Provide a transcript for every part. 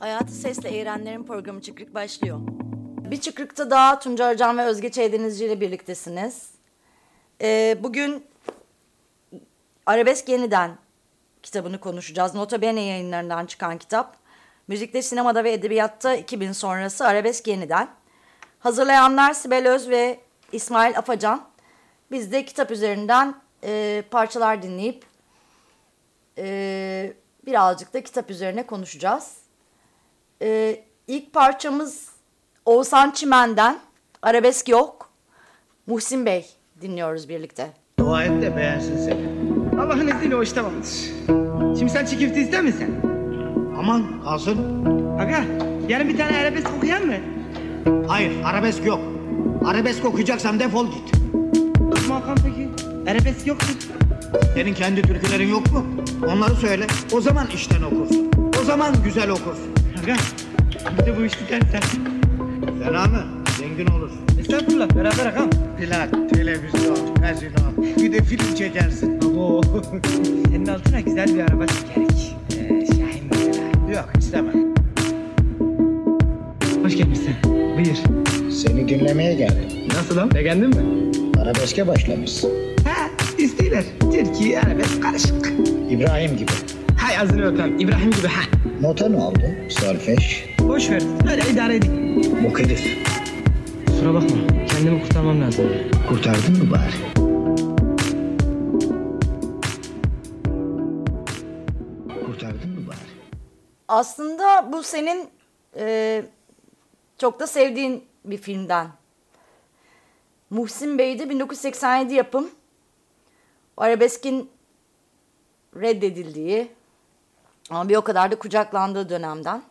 Hayatı Sesle Eğrenlerin programı Çıkrık başlıyor. Bir Çıkrık'ta daha Tunca Arcan ve Özge Çeydenizci ile birliktesiniz. Bugün Arabesk Yeniden kitabını konuşacağız. Nota Bene yayınlarından çıkan kitap. Müzikte, sinemada ve edebiyatta 2000 sonrası Arabesk Yeniden. Hazırlayanlar Sibel Öz ve İsmail Afacan. Biz de kitap üzerinden parçalar dinleyip birazcık da kitap üzerine konuşacağız. İlk parçamız Oğuzhan Çimen'den Arabesk Yok. Muhsin Bey dinliyoruz birlikte. Dua et de beğensin seni. Allah'ın izniyle o iş tamamdır. Şimdi sen çiğ köfte ister misin? Aman kalsın. Aga yarın bir tane arabesk okuyan mı? Hayır, arabesk yok. Arabesk okuyacaksan defol git. Hakan peki arabesk yoktur. Senin kendi türkülerin yok mu? Onları söyle. O zaman işten okursun. O zaman güzel okursun. Aga bir de bu iş biterse. Fena mı? Zengin olursun. Estağfurullah beraber agam. Plak, televizyon, gazino. Bir de film çekersin. Oo. Senin altına güzel bir araba çekerik. Şahin mesela. Yok, istemem. Hoş gelmişsin. Buyur. Seni dinlemeye geldim. Nasılım? Beğendin mi? Arabeske başlamışsın. Ha istiyorlar. Türkiye arabesk karışık. İbrahim gibi. Hay ağzını öpem. İbrahim gibi ha. Nota ne oldu? Solfej. Boş ver. Öyle idare edin. Bu herif. Kusura bakma. Kendimi kurtarmam lazım. Kurtardın mı bari? Kurtardın mı bari? Aslında bu senin çok da sevdiğin bir filmden. Muhsin Bey'de 1987 yapım. Arabeskin reddedildiği ama bir o kadar da kucaklandığı dönemden.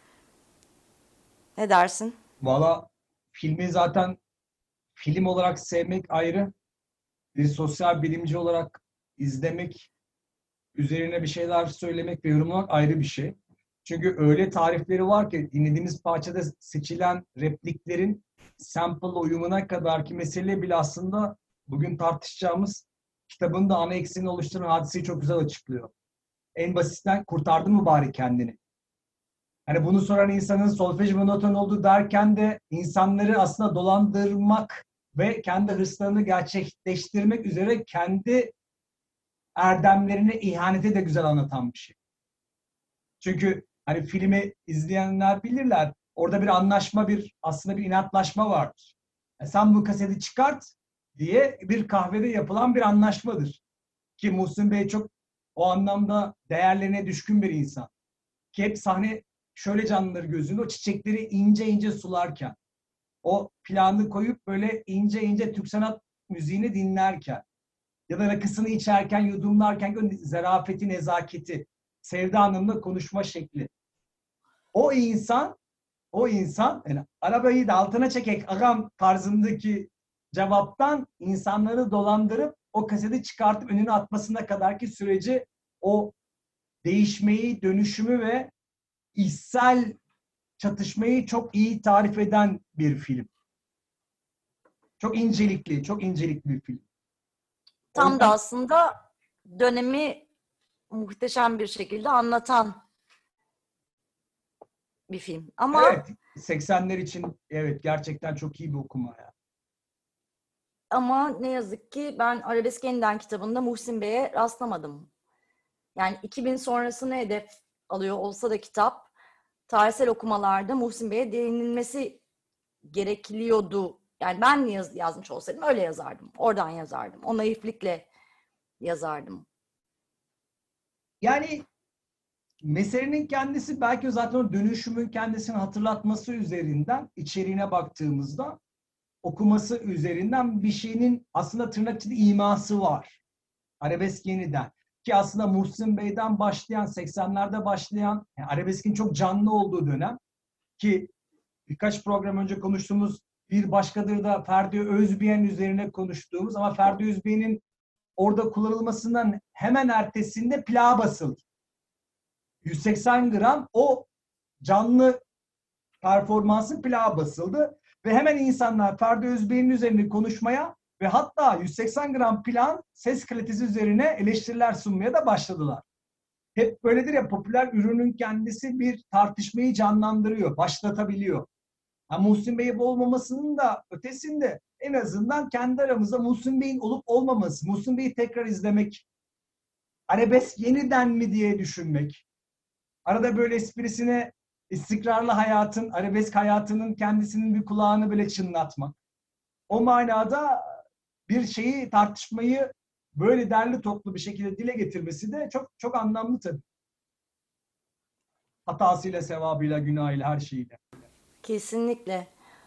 Ne dersin? Valla filmi zaten film olarak sevmek ayrı. Bir sosyal bilimci olarak izlemek, üzerine bir şeyler söylemek ve yorumlamak ayrı bir şey. Çünkü öyle tarifleri var ki dinlediğimiz parçada seçilen repliklerin sample uyumuna kadar ki mesele bile aslında bugün tartışacağımız kitabın da ana eksenini oluşturan hadiseyi çok güzel açıklıyor. En basitten kurtardın mı bari kendini? Hani bunu soran insanın solfej monoton olduğu derken de insanları aslında dolandırmak ve kendi hırslarını gerçekleştirmek üzere kendi erdemlerine ihanete de güzel anlatan bir şey. Çünkü hani filmi izleyenler bilirler. Orada bir anlaşma, aslında bir inatlaşma vardır. Sen bu kaseti çıkart diye bir kahvede yapılan bir anlaşmadır. Ki Muhsin Bey çok o anlamda değerlerine düşkün bir insan. Ki hep sahne şöyle canlıları gözünde, o çiçekleri ince ince sularken, o planı koyup böyle ince ince Türk sanat müziğini dinlerken ya da rakısını içerken, yudumlarken zarafeti, nezaketi, Sevda Hanım'la konuşma şekli. O insan yani arabayı da altına çekek agam tarzındaki cevaptan insanları dolandırıp o kaseti çıkartıp önüne atmasına kadarki süreci, o değişmeyi, dönüşümü ve içsel çatışmayı çok iyi tarif eden bir film. Çok incelikli bir film. Tam da aslında dönemi muhteşem bir şekilde anlatan bir film. Ama evet, 80'ler için evet gerçekten çok iyi bir okuma ya. Ama ne yazık ki ben Arabesk Yeniden kitabında Muhsin Bey'e rastlamadım. Yani 2000 sonrasını hedef alıyor olsa da kitap, tarihsel okumalarda Muhsin Bey'e değinilmesi gerekliyordu. Yani ben yazmış olsaydım öyle yazardım. Oradan yazardım. O naiflikle yazardım. Yani meselenin kendisi belki zaten o dönüşümün kendisini hatırlatması üzerinden, içeriğine baktığımızda okuması üzerinden bir şeyinin aslında tırnak içinde iması var. Arabesk Yeniden. Ki aslında Muhsin Bey'den başlayan, 80'lerde başlayan, yani arabeskin çok canlı olduğu dönem ki birkaç program önce konuştuğumuz Bir Başkadır da Ferdi Özbeğen üzerine konuştuğumuz ama Ferdi Özbeğen'in orada kullanılmasından hemen ertesinde plağa basıldı. 180 gram o canlı performansın plağa basıldı ve hemen insanlar Ferdi Özbeğen'in üzerine konuşmaya ve hatta 180 gram plağın ses kalitesi üzerine eleştiriler sunmaya da başladılar. hep böyledir ya, popüler ürünün kendisi bir tartışmayı canlandırıyor, başlatabiliyor. Yani Muhsin Bey'in olmamasının da ötesinde en azından kendi aramızda Muhsin Bey'in olup olmaması, Muhsin Bey'i tekrar izlemek, arabesk yeniden mi diye düşünmek, arada böyle esprisine istikrarlı hayatın, arabesk hayatının kendisinin bir kulağını böyle çınlatmak. O manada bir şeyi, tartışmayı böyle derli toplu bir şekilde dile getirmesi de çok çok anlamlı tabii. Hatasıyla, sevabıyla, günahıyla, her şeyiyle. Kesinlikle.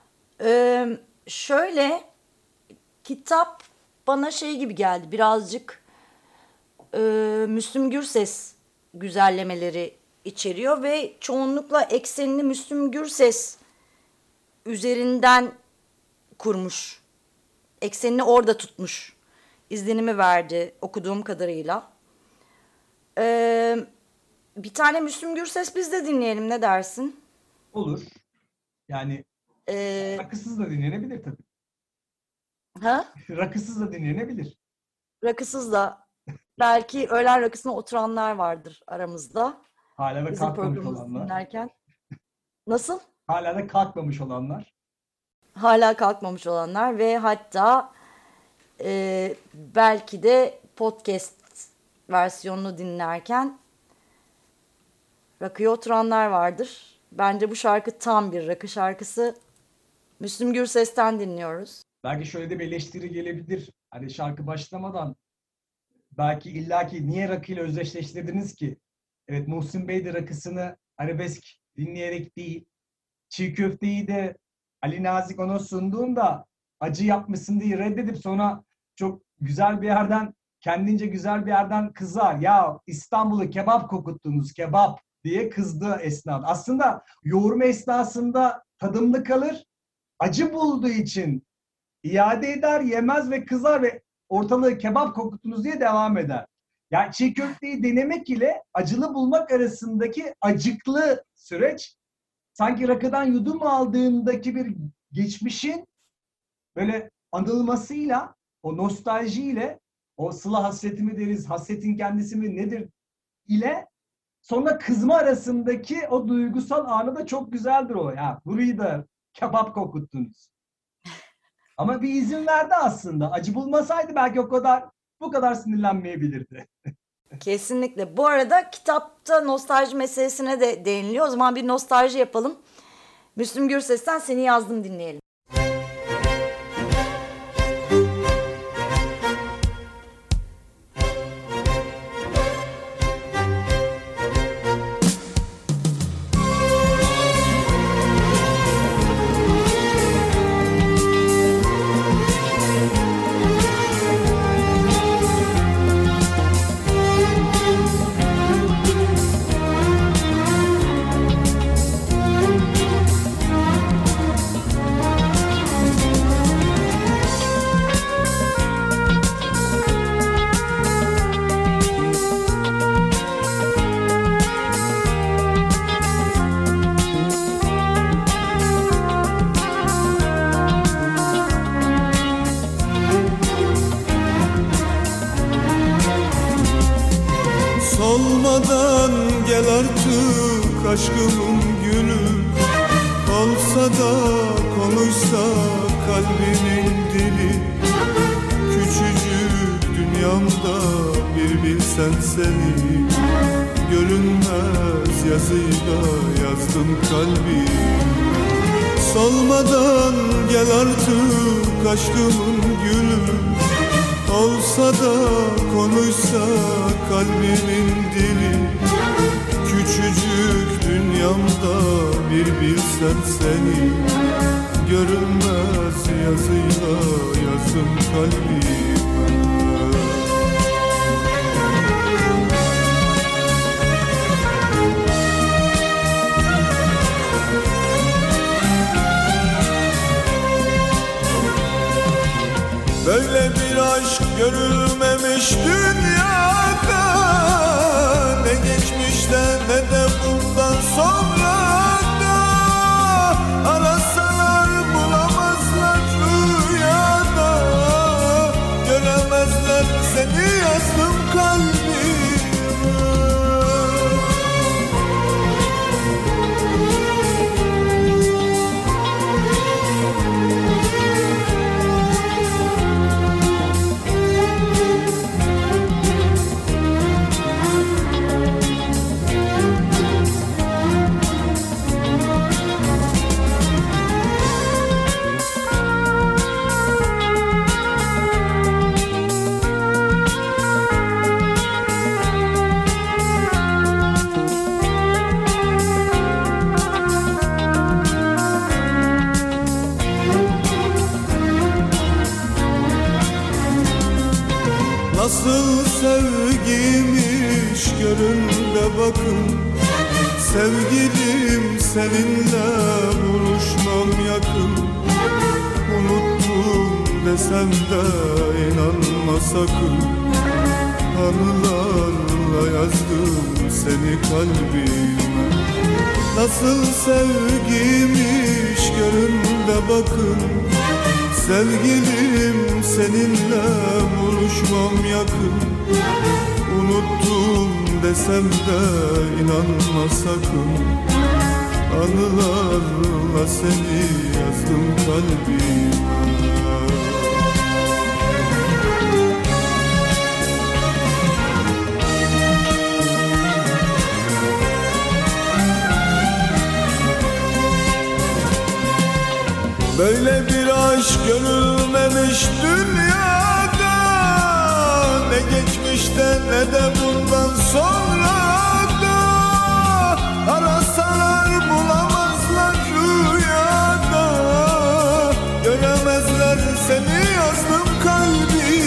Şöyle, kitap bana şey gibi geldi, birazcık Müslüm Gürses güzellemeleri içeriyor ve çoğunlukla eksenini Müslüm Gürses üzerinden kurmuş. Eksenini orada tutmuş. İzlenimi verdi okuduğum kadarıyla. Bir tane Müslüm Gürses biz de dinleyelim, ne dersin? Olur. Yani rakısız da dinlenebilir tabii. Ha? Rakısız da dinlenebilir. Rakısız da belki öğlen rakısına oturanlar vardır aramızda. Hala da Bizim kalkmamış programımızı olanlar. dinlerken. Nasıl? Hala da kalkmamış olanlar. Hala kalkmamış olanlar ve hatta belki de podcast versiyonunu dinlerken rakıya oturanlar vardır. Bence bu şarkı tam bir rakı şarkısı. Müslüm Gürses'ten dinliyoruz. Belki şöyle de bir eleştiri gelebilir. Hani şarkı başlamadan belki illaki niye rakıyla özdeşleştirdiniz ki? Evet, Muhsin Bey de rakısını arabesk dinleyerek değil, çiğ köfteyi de Ali Nazik ona sunduğunda acı yapmışsın diye reddedip sonra çok güzel bir yerden, kendince güzel bir yerden kızar. Ya İstanbul'u kebap kokuttunuz, kebap diye kızdı esnaf. Aslında yoğurma esnasında tadımlı kalır. Acı bulduğu için iade eder, yemez ve kızar ve ortalığı kebap kokuttunuz diye devam eder. Yani çiğ köfteyi denemek ile acılı bulmak arasındaki acıklı süreç sanki rakıdan yudum aldığındaki bir geçmişin böyle anılmasıyla, o nostaljiyle, o sıla hasreti mi deriz, hasretin kendisi mi nedir ile sonra kızma arasındaki o duygusal anı da çok güzeldir o. Ya burayı da kebap kokuttunuz. Ama bir izin verdi aslında. Acı bulmasaydı belki bu kadar sinirlenmeyebilirdi. Kesinlikle. Bu arada kitapta nostalji meselesine de değiniliyor. O zaman bir nostalji yapalım. Müslüm Gürses'ten Seni Yazdım dinleyelim. Solmadan gel artık aşkımın gülü, olsa da konuşsa kalbimin dili. Küçücük dünyamda bir bilsen seni, görünmez yazıyla yazdım kalbi. Solmadan gel artık aşkımın gülü, olsa da konuşsa kalbimin dili. Küçücük dünyamda bir bilsen seni, görünmez yazıyla yazdım kalbime. Böyle bir aşk görülmemiş dünyada, ne geçmişte ne de bundan sonra da. Arasalar bulamazlar rüyada, göremezler seni yazdım kalbime. görün de bakın. Sevgilim seninle buluşmam yakın. Unuttum desem de inanma sakın. Anılarla yazdım seni kalbime. Nasıl sevgiymiş görün de bakın. Sevgilim seninle buluşmam yakın. Unuttum desem de inanma sakın. Anılarla seni yazdım kalbime. Böyle bir aşk görülmemiş dünyada. Ne geçmişte ne de bundan sonra da. Arasalar bulamazlar rüyada. Göremezler seni yazdım kalbime.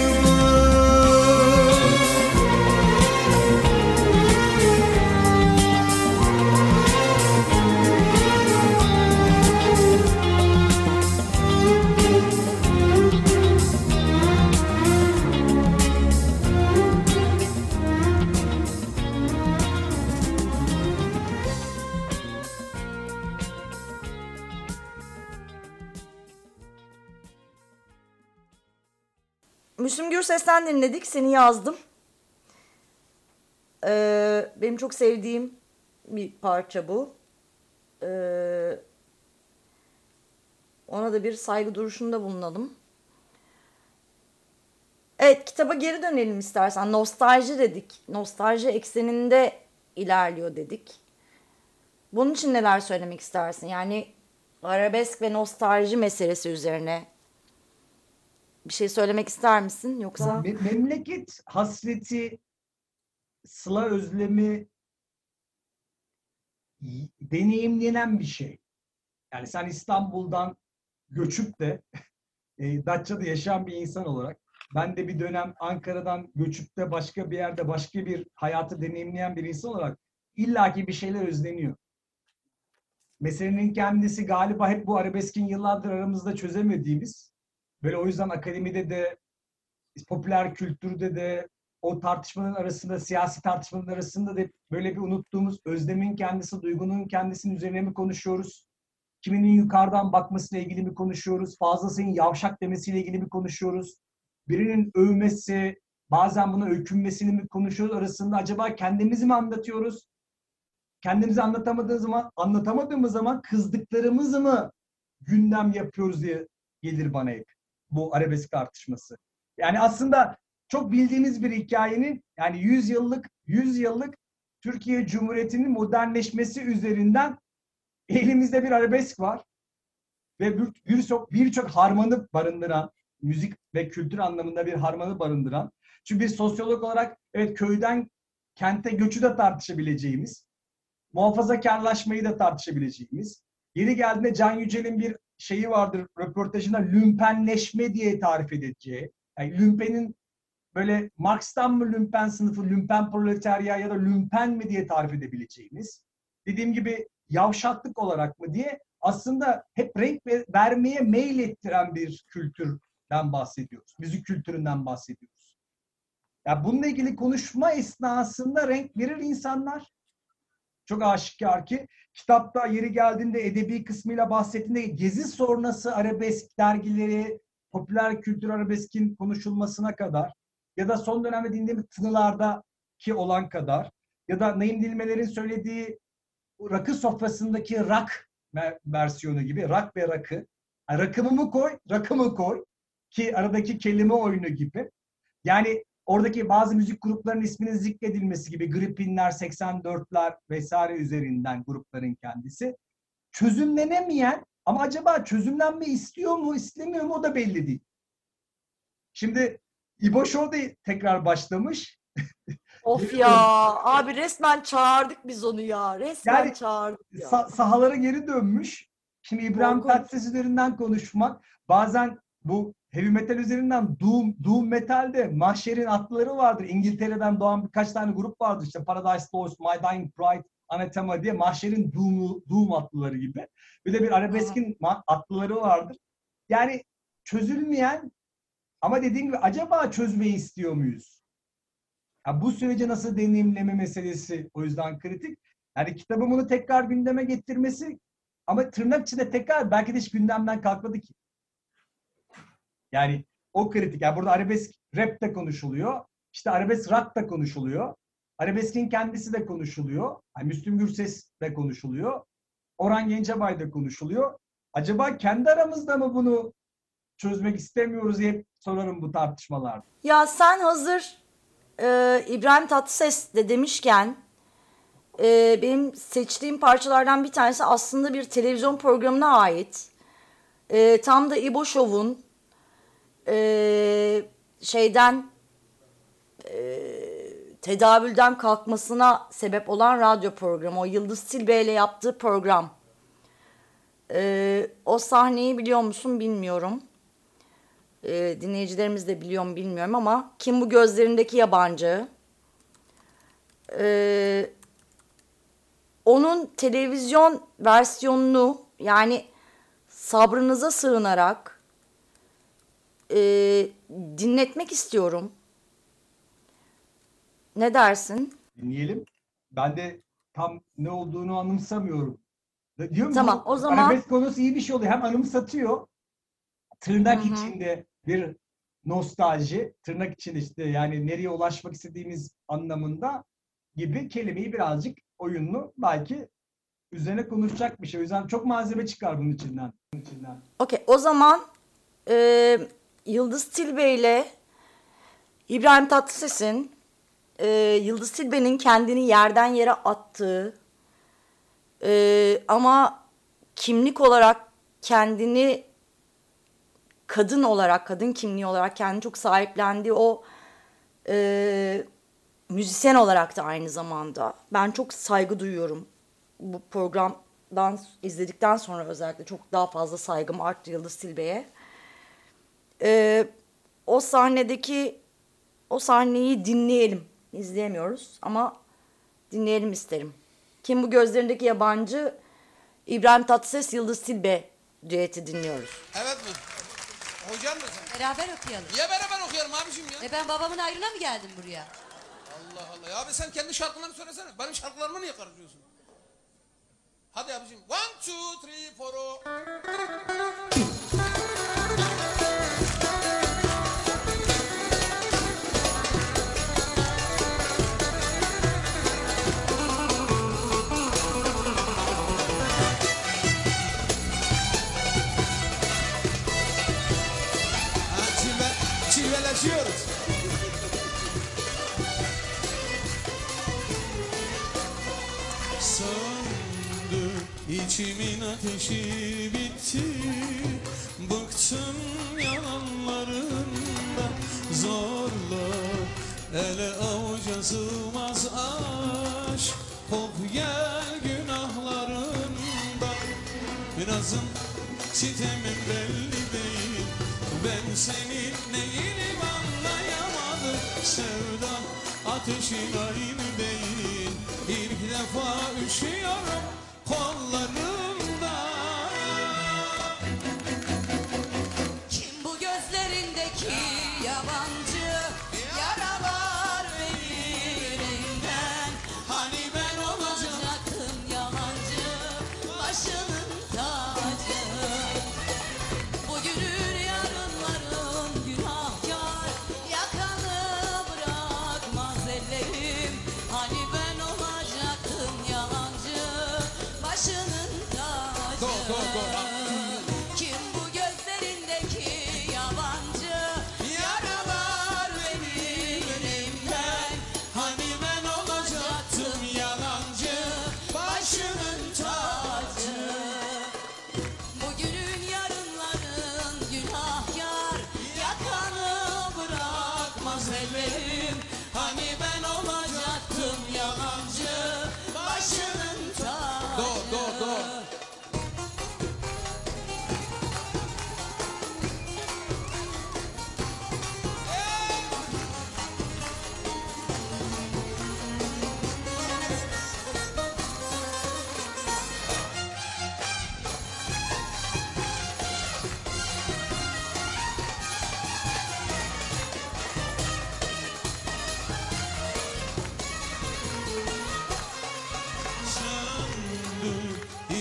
Müslüm Gürses'ten dinledik. Seni yazdım. Benim çok sevdiğim bir parça bu. Ona da bir saygı duruşunda bulunalım. Evet, kitaba geri dönelim istersen. Nostalji dedik. Nostalji ekseninde ilerliyor dedik. Bunun için neler söylemek istersin? Yani arabesk ve nostalji meselesi üzerine bir şey söylemek ister misin? Yoksa Memleket hasreti, sıla özlemi deneyimlenen bir şey. Yani sen İstanbul'dan göçüp de Datça'da yaşayan bir insan olarak, ben de bir dönem Ankara'dan göçüp de başka bir yerde başka bir hayatı deneyimleyen bir insan olarak illaki bir şeyler özleniyor. Meselenin kendisi galiba hep bu arabeskin yıllardır aramızda çözemediğimiz, böyle o yüzden akademide de, popüler kültürde de, o tartışmaların arasında, siyasi tartışmaların arasında da böyle bir unuttuğumuz özlemin kendisi, duygunun kendisinin üzerine mi konuşuyoruz? Kiminin yukarıdan bakmasıyla ilgili mi konuşuyoruz? Fazlasının yavşak demesiyle ilgili mi konuşuyoruz? Birinin övmesi, bazen buna öykünmesini mi konuşuyoruz arasında? Acaba kendimizi mi anlatıyoruz? Kendimizi anlatamadığımız zaman kızdıklarımızı mı gündem yapıyoruz diye gelir bana hep bu arabesk tartışması. Yani aslında çok bildiğimiz bir hikayenin, yani 100 yıllık Türkiye Cumhuriyeti'nin modernleşmesi üzerinden elimizde bir arabesk var ve birçok harmanı barındıran, müzik ve kültür anlamında bir harmanı barındıran. Çünkü bir sosyolog olarak evet, köyden kente göçü de tartışabileceğimiz, muhafazakarlaşmayı da tartışabileceğimiz, yeri geldiğinde Can Yücel'in bir şeyi vardır röportajında, lümpenleşme diye tarif edeceği. Yani lümpenin böyle Marx'tan mı lümpen sınıfı, lümpen proletarya ya da lümpen mi diye tarif edebileceğimiz, dediğim gibi yavşaklık olarak mı diye aslında hep renk vermeye meylettiren bir kültürden bahsediyoruz. Müzik kültüründen bahsediyoruz. Yani bununla ilgili konuşma esnasında renk verir insanlar. Çok aşikar ki kitapta yeri geldiğinde edebi kısmıyla bahsettiğinde gezi sonrası arabesk dergileri, popüler kültür arabeskin konuşulmasına kadar ya da son dönemde dinlediğimiz tınılardaki olan kadar ya da Naim Dilmeler'in söylediği rakı sofrasındaki rak versiyonu gibi, rak ve rakı. Yani rakımı koy, rakımı koy ki aradaki kelime oyunu gibi. Yani oradaki bazı müzik gruplarının isminin zikredilmesi gibi, Gripinler, 84'ler vesaire üzerinden grupların kendisi. Çözümlenemeyen ama acaba çözümlenme istiyor mu, istemiyor mu o da belli değil. Şimdi İbo Show da tekrar başlamış. of ya abi, resmen çağırdık biz onu ya. Resmen Yani çağırdık ya. Sahalara geri dönmüş. Şimdi İbrahim Korkunç. Tatlıses üzerinden konuşmak, bazen bu heavy metal üzerinden doom metal'de Mahşer'in atlıları vardır. İngiltere'den doğan birkaç tane grup vardır. İşte Paradise Lost, My Dying Bride, Anathema diye Mahşer'in doom atlıları gibi. Bir de bir arabeskin atlıları vardır. Yani çözülmeyen ama dediğim gibi acaba çözmeyi istiyor muyuz? Ya bu süreci nasıl deneyimleme meselesi o yüzden kritik. Yani kitabın bunu tekrar gündeme getirmesi ama tırnak içinde tekrar belki de hiç gündemden kalkmadı ki. Yani o kritik. Yani burada arabesk rap de konuşuluyor. İşte arabesk rock da konuşuluyor. Arabeskin kendisi de konuşuluyor. Yani Müslüm Gürses de konuşuluyor. Orhan Gencebay da konuşuluyor. Acaba kendi aramızda mı bunu çözmek istemiyoruz diye hep sorarım bu tartışmalarda. Ya sen hazır İbrahim Tatlıses de demişken benim seçtiğim parçalardan bir tanesi aslında bir televizyon programına ait. Tam da İbo Show'un tedavülden kalkmasına sebep olan radyo programı. O Yıldız Tilbe ile yaptığı program. O sahneyi biliyor musun bilmiyorum. Dinleyicilerimiz de biliyor mu bilmiyorum ama Kim bu gözlerindeki yabancı? Onun televizyon versiyonunu yani sabrınıza sığınarak dinletmek istiyorum. Ne dersin? Dinleyelim. Ben de tam ne olduğunu anımsamıyorum. Diyorum Tamam, o zaman arabesk konusu iyi bir şey oluyor. Hem anımsatıyor. Tırnak içinde bir nostalji. Tırnak içinde işte yani nereye ulaşmak istediğimiz anlamında gibi kelimeyi birazcık oyunlu belki üzerine konuşacak bir şey. O yüzden çok malzeme çıkar bunun içinden. okey. O zaman Yıldız Tilbe ile İbrahim Tatlıses'in Yıldız Tilbe'nin kendini yerden yere attığı ama kimlik olarak kendini kadın olarak, kadın kimliği olarak kendini çok sahiplendiği o müzisyen olarak da aynı zamanda. Ben çok saygı duyuyorum. Bu programdan izledikten sonra özellikle çok daha fazla saygım arttı Yıldız Tilbe'ye. O sahneyi dinleyelim. İzleyemiyoruz ama dinleyelim isterim. Kim bu gözlerindeki yabancı? İbrahim Tatlıses, Yıldız Tilbe düeti dinliyoruz. Evet mi? Hocam mı sen? Beraber okuyalım. Niye beraber okuyalım abicim ya? Ben babamın ayrına mı geldim buraya? Allah Allah. Ya abi sen kendi şarkılarını söylesene. Benim şarkılarıma niye karışıyorsun? Hadi abicim. 1, 2, 3, 4. Çilveleşiyoruz. Söndü içimin ateşi bitti. Bıktım yalanlarından zorla. Ele avuca sığmaz aşk. Kop gel günahlarından. Birazın sitemin belli değil. Ben senin neyini anlayamadım. Sevda ateşin aynı değil. İlk defa üşüyorum kollarımda. Kim bu gözlerindeki yabancı? Yaralar elinden. Hani ben olacağım. Olacaktım yalancı, başının tacı. Bugünün yarınların günahkar, yakanı bırakmaz ellerim. Hani ben olacaktım yalancı,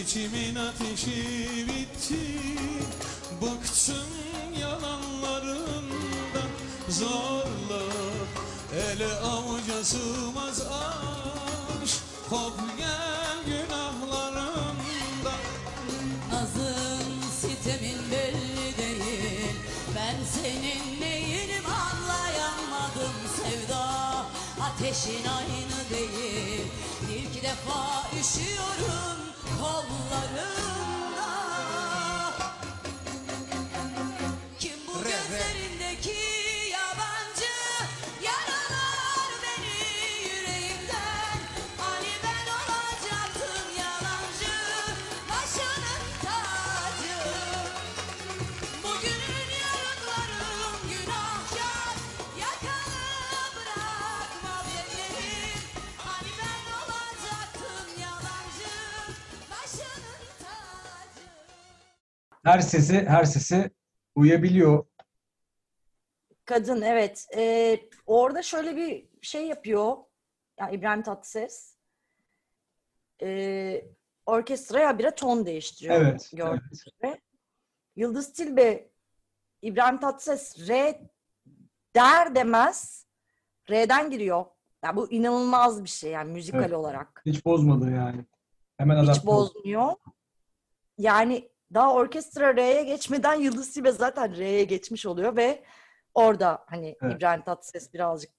İçimin ateşi bitti, bıktım yalanlarından. Zorla ele avuca sığmaz aşk, kop gel günahlarımdan. Nazın sitemin belli değil, ben senin neyinim anlayamadım. Sevda ateşin aynı değil, ilk defa üşüyorum kollarında. Kim bu gözlerindeki yabancı, yaralar beni yüreğimden. Hani ben olacaktım yalancı, başının tacı. Bugünün yarınlarım günahkar, yakalı bırakmaz ellerim. Hani ben olacaktım yalancı, başının tacı. Her sesi uyabiliyor. Kadın, evet. Orada şöyle bir şey yapıyor. Yani İbrahim Tatlıses. Orkestraya bire ton değiştiriyor. Evet, Gördüğünüz gibi. Yıldız Tilbe, İbrahim Tatlıses re der demez R'den giriyor. Yani bu inanılmaz bir şey yani müzikal Evet. olarak. Hiç bozmadı yani. Hemen Hiç adapte oldu. bozmuyor. Yani daha orkestra R'ye geçmeden Yıldız Tilbe zaten R'ye geçmiş oluyor ve orada hani Evet. İbrahim Tatlıses birazcık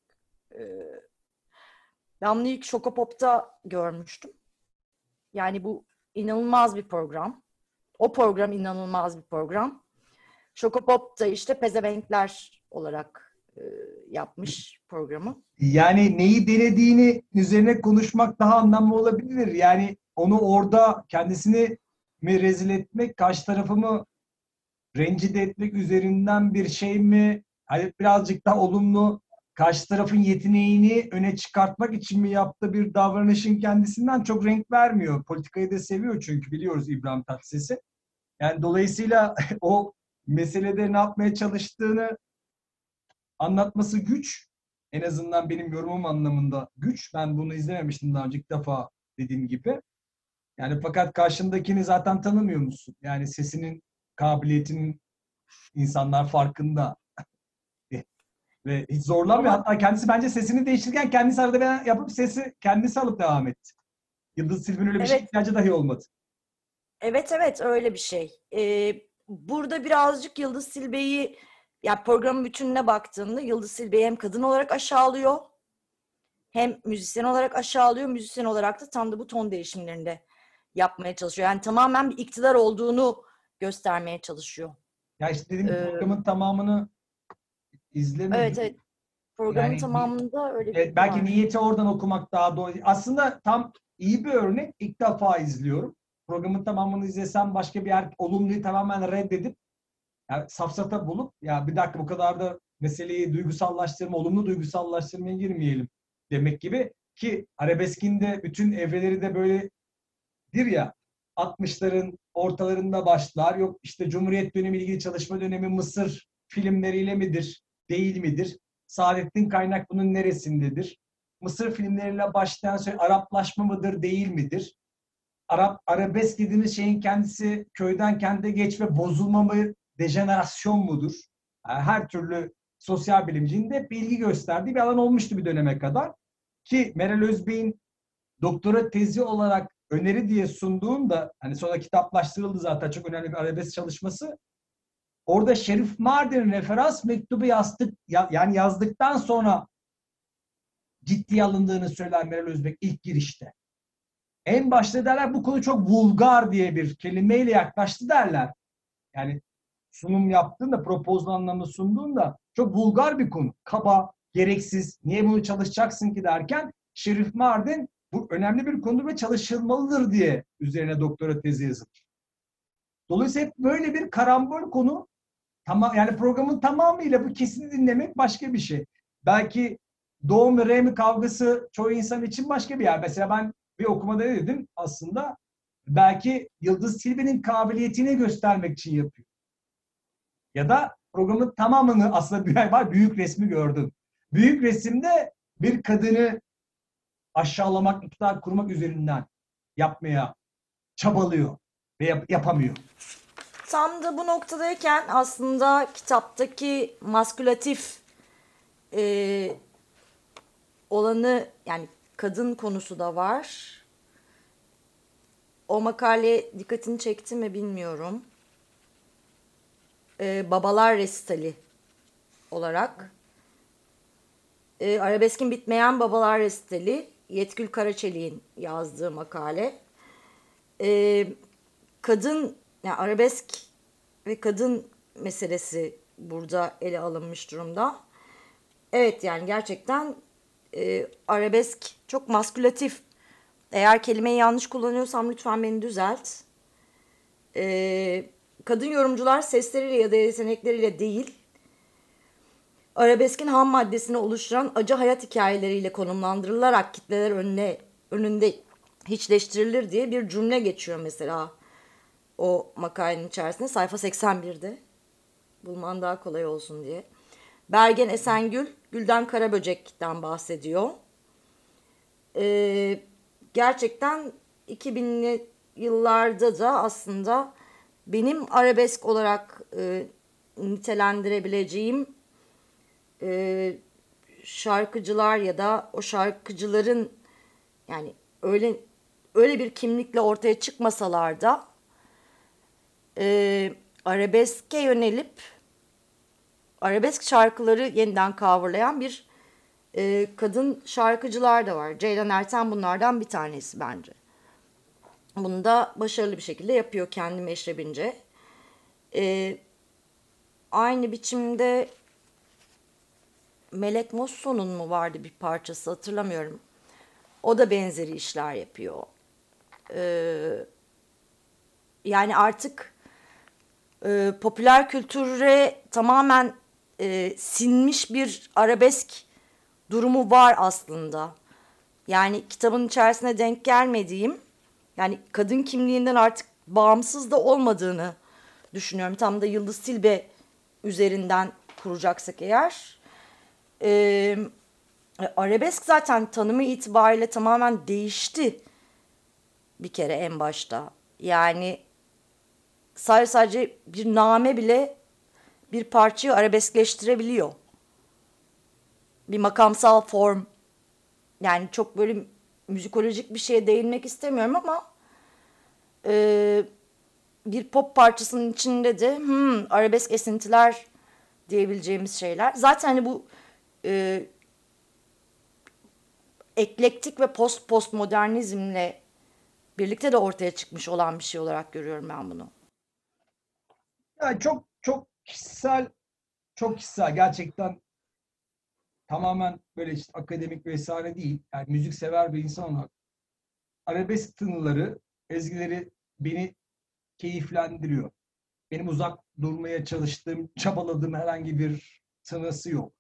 ben bunu ilk Şokopop'ta görmüştüm. Yani bu inanılmaz bir program. O program inanılmaz bir program. Şokopop da işte Pezevenkler olarak yapmış programı. Yani neyi denediğini üzerine konuşmak daha anlamlı olabilir. Yani onu orada kendisini mi rezil etmek, karşı tarafı mı rencide etmek üzerinden bir şey mi? Hani birazcık daha olumlu, karşı tarafın yeteneğini öne çıkartmak için mi yaptığı bir davranışın kendisinden çok renk vermiyor. Politikayı da seviyor çünkü biliyoruz İbrahim Tatlıses'i. Yani dolayısıyla o meselede ne yapmaya çalıştığını anlatması güç. En azından benim yorumum anlamında güç. Ben bunu izlememiştim daha önce, ilk defa dediğim gibi. Yani fakat karşındakini zaten tanımıyor musun? Yani sesinin, kabiliyetinin insanlar farkında. Ve hiç zorlanmıyor. Hatta kendisi bence sesini değiştirirken kendisi arada bir yapıp sesi kendisi alıp devam etti. Yıldız Tilbe'nin öyle bir şeye Evet. ihtiyacı dahi olmadı. Evet öyle bir şey. Burada birazcık Yıldız Tilbe'yi ya programın bütününe baktığında Yıldız Tilbe'yi hem kadın olarak aşağılıyor hem müzisyen olarak aşağılıyor. Müzisyen olarak da tam da bu ton değişimlerinde yapmaya çalışıyor. Yani tamamen bir iktidar olduğunu göstermeye çalışıyor. Ya işte dediğim gibi programın tamamını izlemedim. Evet. Programın Yani tamamında öyle bir evet, belki var. niyeti oradan okumak daha doğru. Aslında tam iyi bir örnek. İlk defa izliyorum. Programın tamamını izlesem başka bir yer olumluyu tamamen reddedip yani safsata bulup ya bir dakika bu kadar da meseleyi duygusallaştırma, olumlu duygusallaştırmaya girmeyelim demek gibi ki arabeskin de bütün evreleri de böyledir ya 60'ların ortalarında başlar. Yok işte Cumhuriyet dönemi ilgili çalışma dönemi Mısır filmleriyle midir, değil midir? Saadettin Kaynak bunun neresindedir? Mısır filmleriyle başlayan şey Araplaşma mıdır, değil midir? Arabesk dediğimiz şeyin kendisi köyden kente geçme, bozulma mı, dejenerasyon mudur? Yani her türlü sosyal bilimcinin de bilgi gösterdiği bir alan olmuştu bir döneme kadar. Ki Meral Özbey'in doktora tezi olarak öneri diye sunduğunda, hani sonra kitaplaştırıldı zaten çok önemli bir arabesk çalışması. Orada Şerif Mardin referans mektubu yazdıktan sonra ciddiye alındığını söyler Meral Özbek ilk girişte. En başta derler bu konu çok vulgar diye bir kelimeyle yaklaştı derler. Yani sunum yaptığında, propozal anlamda sunduğunda çok vulgar bir konu. Kaba, gereksiz, niye bunu çalışacaksın ki derken Şerif Mardin bu önemli bir konu ve çalışılmalıdır diye üzerine doktora tezi yazılır. Dolayısıyla hep böyle bir karambol konu. Yani programın tamamıyla bu kesini dinlemek başka bir şey. Belki Do mu re mi kavgası çoğu insan için başka bir yer. Mesela ben bir okumada ne dedim aslında? Belki Yıldız Tilbe'nin kabiliyetini göstermek için yapıyor. Ya da programın tamamını aslında büyük resmi gördüm. Büyük resimde bir kadını aşağılamak, iktidar kurmak üzerinden yapmaya çabalıyor. ve yapamıyor. Tam da bu noktadayken aslında kitaptaki maskülatif olanı, yani kadın konusu da var. O makale dikkatini çekti mi bilmiyorum. Babalar Resitali olarak. Arabeskin Bitmeyen Babalar Resitali, Yetkül Karaçelik'in yazdığı makale. Kadın, yani arabesk ve kadın meselesi burada ele alınmış durumda. Evet, yani gerçekten arabesk çok maskülatif. Eğer kelimeyi yanlış kullanıyorsam lütfen beni düzelt. Kadın yorumcular sesleriyle ya da yetenekleriyle değil, arabeskin ham maddesini oluşturan acı hayat hikayeleriyle konumlandırılarak kitleler önünde hiçleştirilir diye bir cümle geçiyor mesela o makalenin içerisinde, sayfa 81'de. Bulman daha kolay olsun diye. Bergen Esengül, Gülden Karaböcek'ten bahsediyor. Gerçekten 2000'li yıllarda da aslında benim arabesk olarak nitelendirebileceğim şarkıcılar ya da o şarkıcıların, yani öyle bir kimlikle ortaya çıkmasalar da arabeske yönelip arabesk şarkıları yeniden coverlayan bir kadın şarkıcılar da var. Ceylan Erten bunlardan bir tanesi bence. Bunu da başarılı bir şekilde yapıyor kendi meşrebince. Aynı biçimde Melek Mosso'nun mu vardı bir parçası, hatırlamıyorum. O da benzeri işler yapıyor. Yani artık popüler kültüre tamamen sinmiş bir arabesk durumu var aslında. Yani kitabın içerisine denk gelmediğim, yani kadın kimliğinden artık bağımsız da olmadığını düşünüyorum. Tam da Yıldız Tilbe üzerinden kuracaksak eğer. Arabesk zaten tanımı itibariyle tamamen değişti bir kere en başta. Yani sadece bir name bile bir parçayı arabeskleştirebiliyor. Bir makamsal form. Yani çok böyle müzikolojik bir şeye değinmek istemiyorum ama bir pop parçasının içinde de arabesk esintiler diyebileceğimiz şeyler. Zaten hani bu eklektik ve postmodernizmle birlikte de ortaya çıkmış olan bir şey olarak görüyorum ben bunu. Yani çok kişisel, gerçekten tamamen böyle işte akademik vesaire değil. Yani müzik sever bir insan olarak arabesk tınıları, ezgileri beni keyiflendiriyor. Benim uzak durmaya çalıştığım, çabaladığım herhangi bir tınısı yok.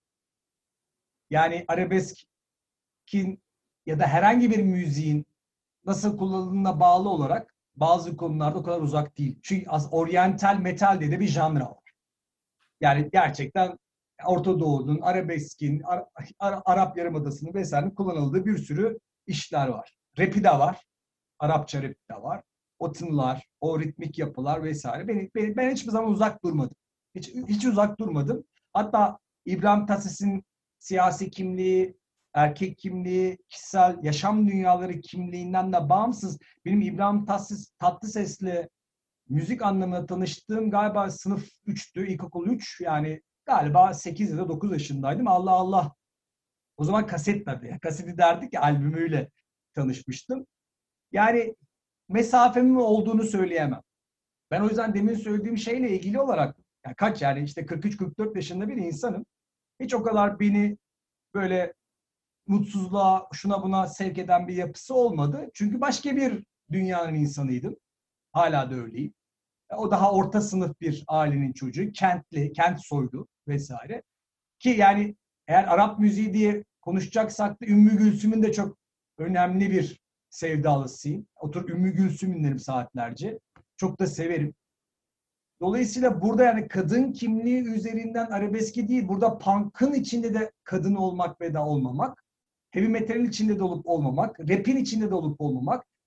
Yani arabeskin ya da herhangi bir müziğin nasıl kullanıldığına bağlı olarak bazı konularda o kadar uzak değil. Çünkü oryantal metal diye de bir janra var. Yani gerçekten Orta Doğu'nun, arabeskin, Arap Yarımadası'nın vesaire kullanıldığı bir sürü işler var. Rapi de var. Arapça rap de var. O tınılar, o ritmik yapılar vesaire. Ben hiçbir zaman uzak durmadım. Hiç uzak durmadım. Hatta İbrahim Tatlıses'in siyasi kimliği, erkek kimliği, kişisel yaşam dünyaları kimliğinden de bağımsız benim İbrahim Tatlıses'le müzik anlamında tanıştığım galiba sınıf 3'tü, ilkokul 3, yani galiba 8 ya da 9 yaşındaydım. Allah Allah. O zaman kaset tabii. Kaseti derdik ya, albümüyle tanışmıştım. Yani mesafemin olduğunu söyleyemem. Ben o yüzden demin söylediğim şeyle ilgili olarak yani işte 43-44 yaşında bir insanım. Hiç o kadar beni böyle mutsuzluğa, şuna buna sevk eden bir yapısı olmadı. Çünkü başka bir dünyanın insanıydım. Hala da öyleyim. O daha orta sınıf bir ailenin çocuğu. Kent soylu vesaire. Ki yani eğer Arap müziği diye konuşacaksak da Ümmü Gülsüm'ün de çok önemli bir sevdalısıyım. Oturup Ümmü Gülsüm dinlerim saatlerce. Çok da severim. Dolayısıyla burada yani kadın kimliği üzerinden arabeski değil, burada punk'ın içinde de kadın olmak ve da olmamak, heavy metal'in içinde de olup olmamak, rap'in içinde de olup olmamak,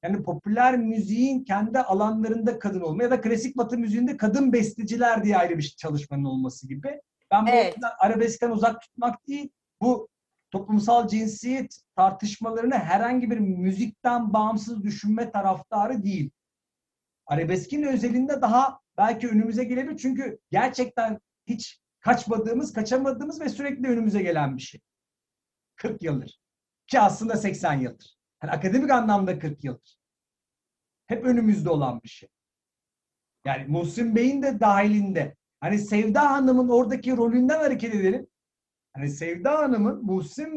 Yani popüler müziğin kendi alanlarında kadın olma ya da klasik batı müziğinde kadın besteciler diye ayrı bir çalışmanın olması gibi. Ben bu Evet. yüzden arabeskten uzak tutmak değil, bu toplumsal cinsiyet tartışmalarını herhangi bir müzikten bağımsız düşünme taraftarı değil. Arabeskin özelinde daha belki önümüze gelebilir. Çünkü gerçekten hiç kaçmadığımız, kaçamadığımız ve sürekli önümüze gelen bir şey. 40 yıldır. Ki aslında 80 yıldır. Yani akademik anlamda 40 yıldır. Hep önümüzde olan bir şey. Yani Muhsin Bey'in de dahilinde. Hani Sevda Hanım'ın oradaki rolünden hareket edelim. Hani Sevda Hanım'ın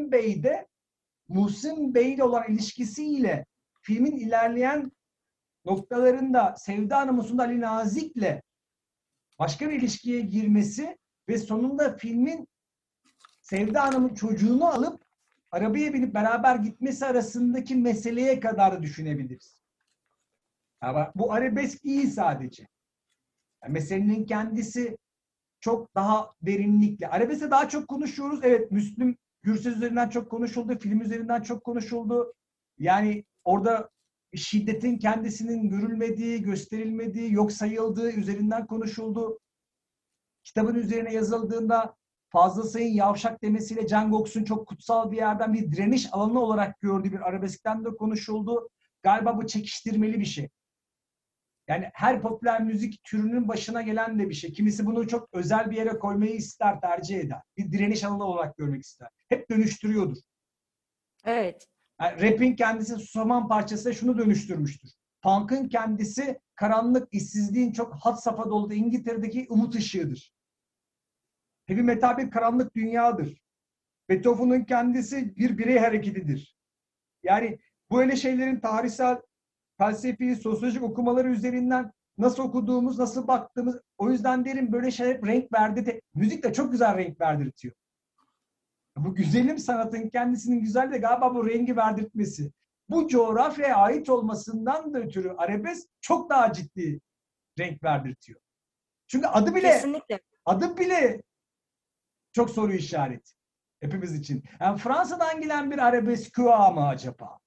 Muhsin Bey'le olan ilişkisiyle filmin ilerleyen noktalarında Sevda Hanım'ın Ali Nazik'le başka bir ilişkiye girmesi ve sonunda filmin Sevda Hanım'ın çocuğunu alıp arabaya binip beraber gitmesi arasındaki meseleye kadar düşünebiliriz. Ama bu arabesk değil sadece. Yani meselenin kendisi çok daha derinlikli. Arabesk'te daha çok konuşuyoruz. Evet, Müslüm Gürses üzerinden çok konuşuldu. Film üzerinden çok konuşuldu. Yani orada şiddetin kendisinin görülmediği, gösterilmediği, yok sayıldığı üzerinden konuşuldu. Kitabın üzerine yazıldığında Fazıl Say'ın yavşak demesiyle Can Goks'un çok kutsal bir yerden bir direniş alanı olarak gördüğü bir arabeskten de konuşuldu. Galiba bu çekiştirmeli bir şey. Yani her popüler müzik türünün başına gelen de bir şey. Kimisi bunu çok özel bir yere koymayı ister, tercih eder. Bir direniş alanı olarak görmek ister. Hep dönüştürüyordur. Evet. Yani rap'in kendisi Susaman parçasıyla şunu dönüştürmüştür. Punk'ın kendisi karanlık, işsizliğin çok had safhada olduğu İngiltere'deki umut ışığıdır. Heavy metal bir karanlık dünyadır. Beethoven'ın kendisi bir birey hareketidir. Yani böyle şeylerin tarihsel, felsefi, sosyolojik okumaları üzerinden nasıl okuduğumuz, nasıl baktığımız, o yüzden derim böyle şeyler renk verdi. Müzik de çok güzel renk verdirtiyor. Bu güzelim sanatın kendisinin güzel de galiba bu rengi verdirtmesi. Bu coğrafyaya ait olmasından da ötürü arabesk çok daha ciddi renk verdirtiyor. Çünkü Kesinlikle. adı bile çok soru işareti hepimiz için. Yani Fransa'dan gelen bir arabeskua mı acaba?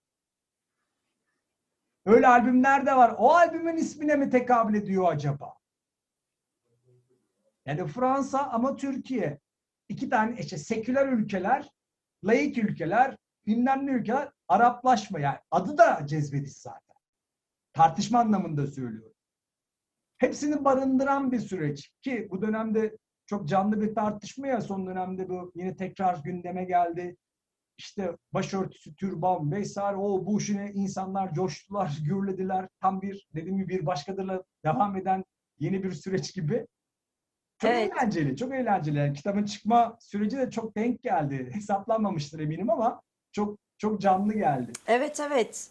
Öyle albümler de var. O albümün ismine mi tekabül ediyor acaba? Yani Fransa ama Türkiye. İki tane işte seküler ülkeler, laik ülkeler, bilmem ne ülkeler, Araplaşma. Yani adı da cezbedici zaten. Tartışma anlamında söylüyorum. Hepsini barındıran bir süreç ki bu dönemde çok canlı bir tartışma ya, son dönemde bu yine tekrar gündeme geldi. İşte başörtüsü, türban vesaire, o bu işine insanlar coştular, gürlediler. Tam bir dediğim gibi bir başkadırla devam eden yeni bir süreç gibi. Çok Evet. eğlenceli, çok eğlenceli. Yani kitabın çıkma süreci de çok denk geldi. Hesaplanmamıştır eminim ama çok çok canlı geldi. Evet, evet.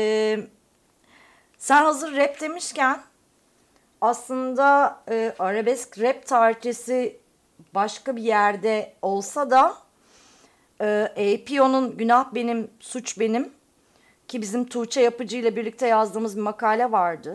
Sen hazır rap demişken aslında arabesk rap tarihçesi başka bir yerde olsa da APO'nun Günah Benim, Suç Benim ki bizim Tuğçe Yapıcı ile birlikte yazdığımız bir makale vardı.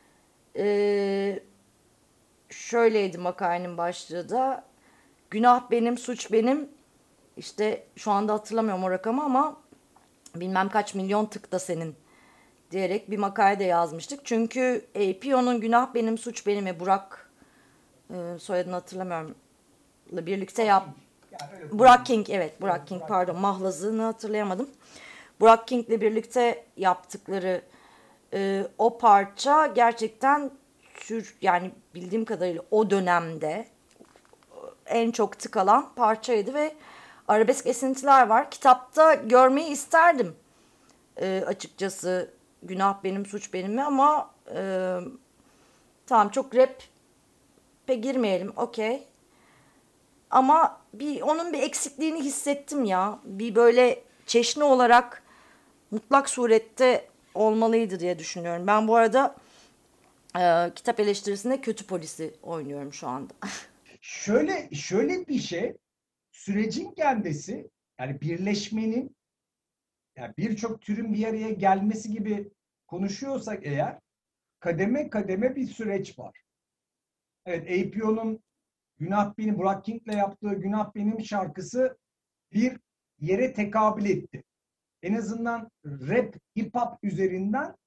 Şöyleydi makalenin başlığı da: Günah Benim, Suç Benim, işte şu anda hatırlamıyorum o rakamı ama bilmem kaç milyon tık senin diyerek bir makale de yazmıştık. Çünkü APO'nun Günah Benim, Suç Benim'i Burak soyadını hatırlamıyorum birlikte Burak King, evet Burak King, pardon, mahlazını hatırlayamadım. Burak King'le birlikte yaptıkları o parça gerçekten yani bildiğim kadarıyla o dönemde en çok tık alan parçaydı ve arabesk esintiler var. Kitapta görmeyi isterdim açıkçası Günah Benim, Suç Benim'i ama tamam, çok rap'e girmeyelim, okey. Ama onun bir eksikliğini hissettim ya. Bir böyle çeşni olarak mutlak surette olmalıydı diye düşünüyorum. Ben bu arada kitap eleştirisinde kötü polisi oynuyorum şu anda. Şöyle bir şey, sürecin kendisi, yani birleşmenin, yani birçok türün bir araya gelmesi gibi konuşuyorsak eğer, kademe kademe bir süreç var. Evet, APO'nun Günah Benim, Burak King'le yaptığı Günah Benim şarkısı bir yere tekabül etti. En azından rap, hip hop üzerinden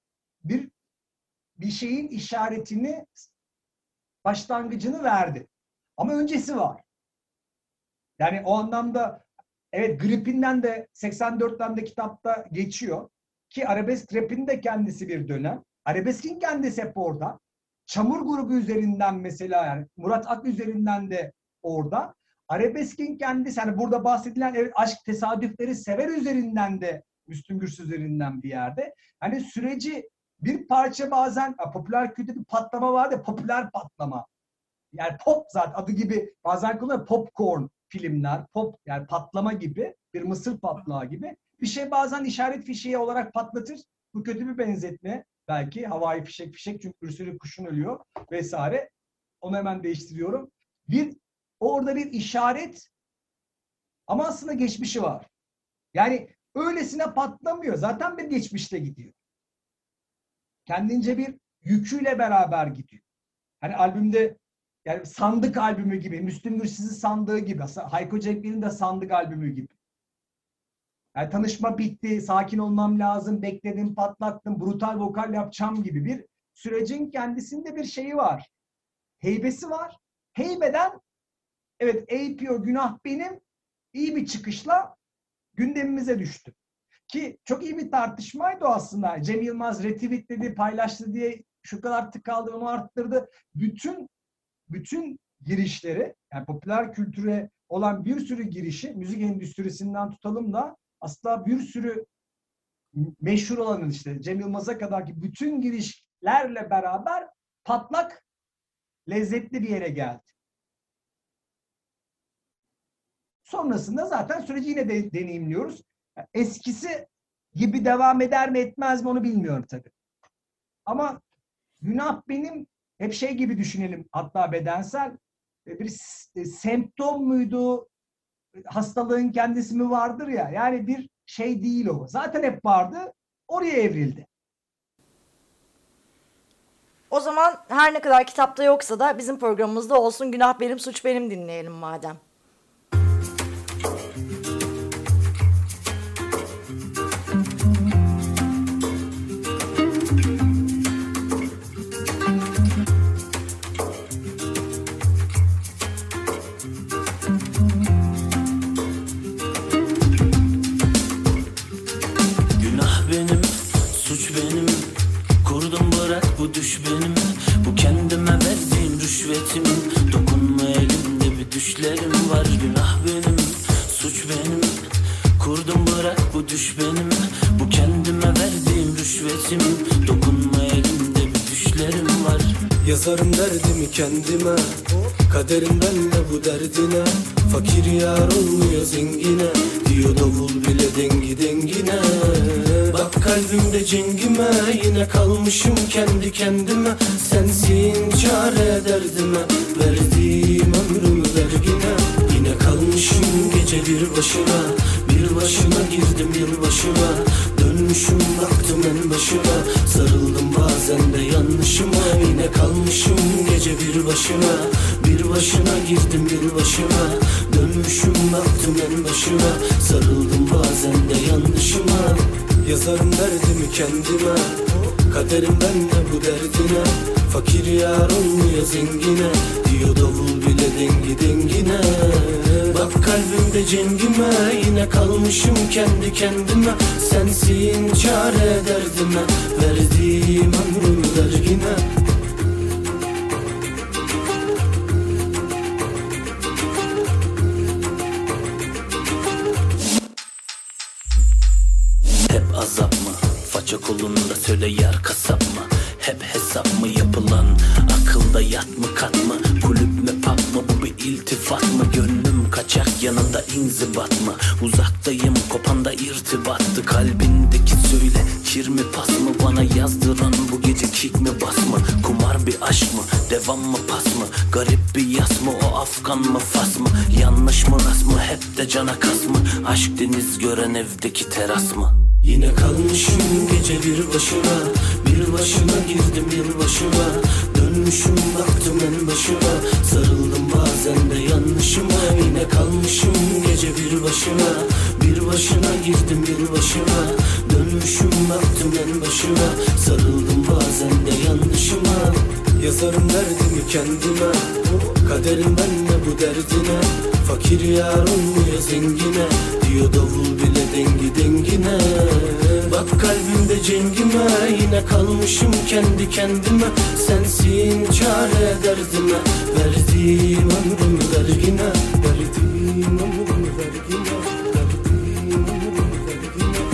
bir şeyin işaretini, başlangıcını verdi. Ama öncesi var. Yani o anlamda evet, Gripinden de 84'ten de kitapta geçiyor ki arabesk rap'in de kendisi bir dönem. Arabeskin kendisi hep orada. Çamur grubu üzerinden mesela, yani Murat Ak üzerinden de orada. Arabeskin kendisi, hani burada bahsedilen evet, aşk tesadüfleri sever üzerinden de, Müslüm Gürses üzerinden bir yerde. Hani süreci bir parça bazen popüler kültürde bir patlama vardı ya, popüler patlama. Yani pop zaten adı gibi bazen kullanılıyor, popcorn filmler, pop yani patlama gibi, bir mısır patlağı gibi. Bir şey bazen işaret fişeği olarak patlatır. Bu kötü bir benzetme belki. Havai fişek çünkü bir sürü kuşun ölüyor vesaire. Onu hemen değiştiriyorum. Orada bir işaret ama aslında geçmişi var. Yani öylesine patlamıyor. Zaten bir geçmişte gidiyor. Kendince bir yüküyle beraber gidiyor. Hani albümde, yani sandık albümü gibi, Müslüm Gürses'in sandığı gibi, Hayko Cepkin'in de sandık albümü gibi. Yani tanışma bitti, sakin olmam lazım, bekledim, patlattım, brutal vokal yapacağım gibi bir sürecin kendisinde bir şeyi var. Heybesi var. Heybeden evet, APO Günah Benim iyi bir çıkışla gündemimize düştü. Ki çok iyi bir tartışmaydı o aslında. Cem Yılmaz retweetledi, paylaştı diye şu kadar tıkaldı, onu arttırdı. Bütün girişleri, yani popüler kültüre olan bir sürü girişi, müzik endüstrisinden tutalım da aslında bir sürü meşhur olanın işte Cem Yılmaz'a kadarki bütün girişlerle beraber patlak lezzetli bir yere geldi. Sonrasında zaten süreci yine deneyimliyoruz. Eskisi gibi devam eder mi etmez mi onu bilmiyorum tabii. Ama Günah Benim hep şey gibi düşünelim, hatta bedensel bir semptom muydu, hastalığın kendisi mi vardır ya, yani bir şey değil o. Zaten hep vardı, oraya evrildi. O zaman her ne kadar kitapta yoksa da bizim programımızda olsun, Günah Benim Suç Benim dinleyelim madem. Bu düş benim, bu kendime verdiğim rüşvetim. Dokunma elimde bir düşlerim var. Günah benim, suç benim. Kurdum bırak bu düş benim, bu kendime verdiğim rüşvetim. Dokunma elimde bir düşlerim var. Yazarım derdimi kendime, kaderim benle bu derdine. Fakir yar olmuyor zengine, diyor davul bile dengi dengine. Bak kalbimde cengime, yine kalmışım kendi kendime. Sensin çare derdime, verdiğim ömrümü vergine. Yine kalmışım gece bir başına girdim yılbaşına. Dönmüşüm baktım en başına, sarıldım bazen de yanlışıma. Yine kalmışım gece bir başına girdim yılbaşına. Dönmüşüm baktım en başına, sarıldım bazen de yanlışıma. Yazarım derdimi kendime, kaderim benle bu derdine. Fakir yar olmuyor zengine, diyor davul bile dengi dengine. Bak kalbimde cengime, yine kalmışım kendi kendime. Sensin çare derdime, verdiğim ömrümü vergine. Hep azap mı? Faça kolunda söyle yar kasap mı? Hep hesap mı yapılan? Akılda yat mı kat mı? Kulüp mü pub mı? Bu bir iltifat mı? Gönlüm kaçak yanında inzibat mı? Uzaktayım kopanda irtibattı. Kalbindeki söyle kir mi pas mı? Bana yazdıran bu gece kick mi bas mı? Kumar bir aşk mı? Devam mı pas mı? Garip bir yas mı? O Afgan mı Fas mı? Yanlış mı rast mı? Hep de cana kas mı? Aşk deniz gören evdeki teras mı? Yine kalmışım gece bir başına girdim yılbaşına. Dönmüşüm baktım en başına, sarıldım bazen bazen de yanlışıma. Yine kalmışım gece bir başına, bir başına girdim yılbaşına. Dönmüşüm baktım en başına, sarıldım bazen de yanlışıma. Yazarım derdimi kendime, kaderim benle bu derdine. Fakir yar olmuyor zengine, diyor davul bile dengi dengine. Bak kalbimde cengime, yine kalmışım kendi kendime. Sensin çare derdime, verdiğim ömrümü vergine. Verdiğim ömrümü vergine, verdiğim ömrümü vergine.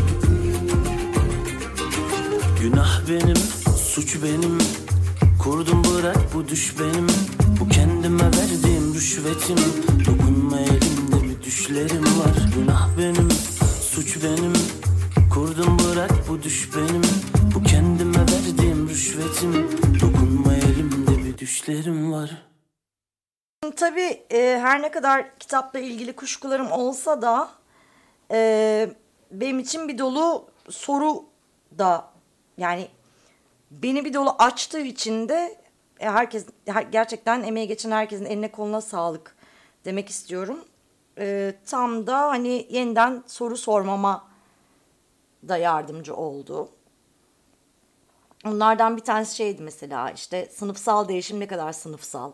Günah benim, suç benim, kurdum bırak bu düş benim. Bu kendime verdiğim rüşvetim, dokunma elimde bir düşlerim var. Günah benim, suç benim, kurdum bırak bu düş benim. Bu kendime verdiğim rüşvetim, dokunma elimde bir düşlerim var. Tabii her ne kadar kitapla ilgili kuşkularım olsa da benim için bir dolu soru da, yani beni bir dolu açtığı için de gerçekten emeği geçen herkesin eline koluna sağlık demek istiyorum. Tam da hani yeniden soru sormama da yardımcı oldu. Onlardan bir tanesi şeydi mesela, işte sınıfsal değişim ne kadar sınıfsal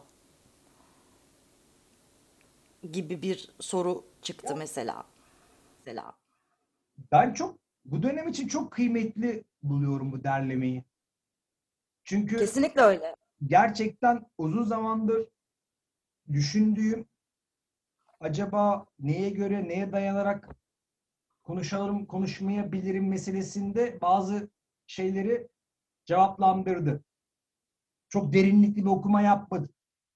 gibi bir soru çıktı mesela. Ben bu dönem için çok kıymetli buluyorum bu derlemeyi. Çünkü Kesinlikle öyle. gerçekten uzun zamandır düşündüğüm, acaba neye göre, neye dayanarak konuşalım, konuşmayabilirim meselesinde bazı şeyleri cevaplandırdı. Çok derinlikli bir okuma yapmadım.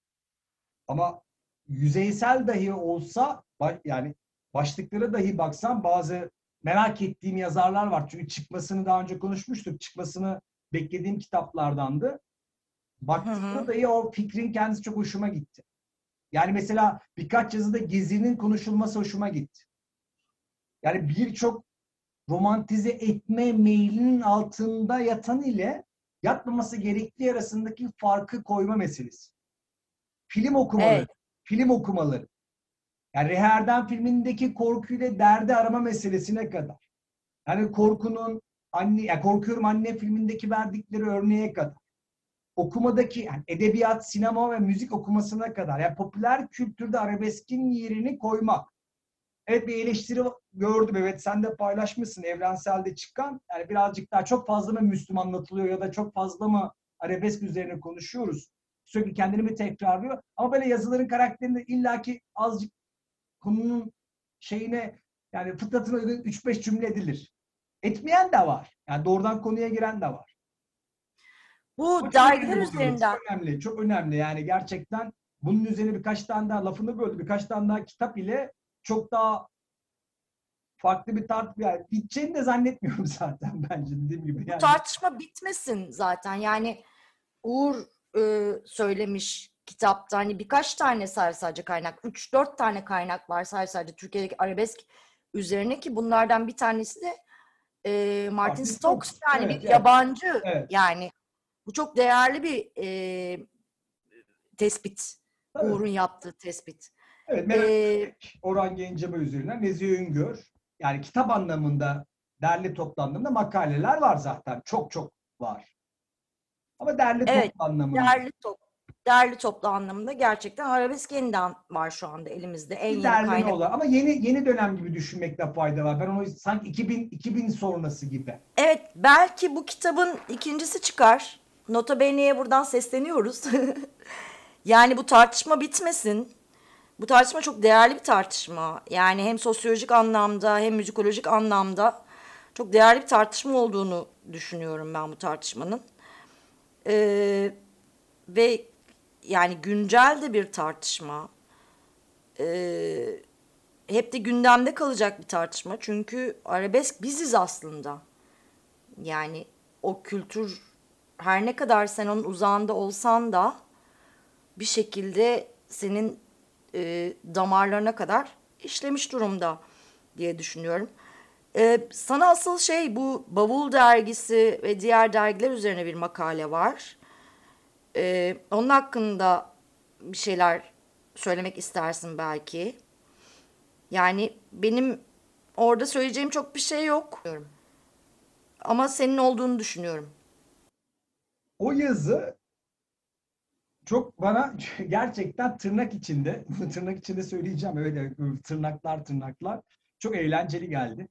Ama yüzeysel dahi olsa, yani başlıklara dahi baksam bazı merak ettiğim yazarlar var. Çünkü çıkmasını daha önce konuşmuştuk. Çıkmasını beklediğim kitaplardandı. Baktığımda dahi o fikrin kendisi çok hoşuma gitti. Yani mesela birkaç yazıda Gezi'nin konuşulması hoşuma gitti. Yani birçok romantize etme meylinin altında yatan ile yatmaması gerektiği arasındaki farkı koyma meselesi. Film okumaları. Evet. Film okumaları. Yani Reher'den filmindeki korkuyla derdi arama meselesine kadar. Yani Korkuyorum Anne filmindeki verdikleri örneğe kadar. Okumadaki, yani edebiyat, sinema ve müzik okumasına kadar. Yani popüler kültürde arabeskin yerini koymak. Evet, bir eleştiri gördüm. Evet, sen de paylaşmışsın evrenselde çıkan. Yani birazcık daha çok fazla mı Müslüman anlatılıyor ya da çok fazla mı arabesk üzerine konuşuyoruz? Sürekli kendini mi tekrarlıyor? Ama böyle yazıların karakterinde illaki azıcık konunun şeyine, yani fıtratına uygun 3-5 cümle edilir. Etmeyen de var. Yani doğrudan konuya giren de var. Bu dergiler üzerinden. Çok önemli, çok önemli. Yani gerçekten bunun üzerine birkaç tane daha, lafını böldü, birkaç tane daha kitap ile çok daha farklı bir tartışma. Yani biteceğini de zannetmiyorum zaten bence, dediğim gibi. Yani. Tartışma bitmesin zaten. Yani Uğur söylemiş kitapta, hani birkaç tane sadece kaynak, 3-4 tane kaynak var sadece Türkiye'deki arabesk üzerine, ki bunlardan bir tanesi de Martin Stokes, yani evet, bir yabancı. Evet. Yani bu çok değerli bir tespit. Evet. Uğur'un yaptığı tespit. Evet, merak etmek. Orhan Gencebay üzerinden Nezihe Üngör. Yani kitap anlamında, derli toplu anlamda makaleler var zaten. Çok çok var. Ama derli toplu anlamında. Derli toplu anlamında gerçekten arabesk yeniden var şu anda elimizde. En yeni kaynak. Olarak. Ama yeni dönem gibi düşünmekte fayda var. Ben onu sanki 2000 sonrası gibi. Evet, belki bu kitabın ikincisi çıkar. Nota Bene'ye buradan sesleniyoruz. Yani bu tartışma bitmesin. Bu tartışma çok değerli bir tartışma. Yani hem sosyolojik anlamda hem müzikolojik anlamda çok değerli bir tartışma olduğunu düşünüyorum ben bu tartışmanın. Ve yani güncel de bir tartışma. Hep de gündemde kalacak bir tartışma. Çünkü arabesk biziz aslında. Yani o kültür, her ne kadar sen onun uzağında olsan da bir şekilde senin damarlarına kadar işlemiş durumda diye düşünüyorum. Sana asıl bu Bavul dergisi ve diğer dergiler üzerine bir makale var. Onun hakkında bir şeyler söylemek istersin belki. Yani benim orada söyleyeceğim çok bir şey yok. Ama senin olduğunu düşünüyorum. O yazı çok bana gerçekten tırnak içinde, tırnak içinde söyleyeceğim, öyle tırnaklar çok eğlenceli geldi.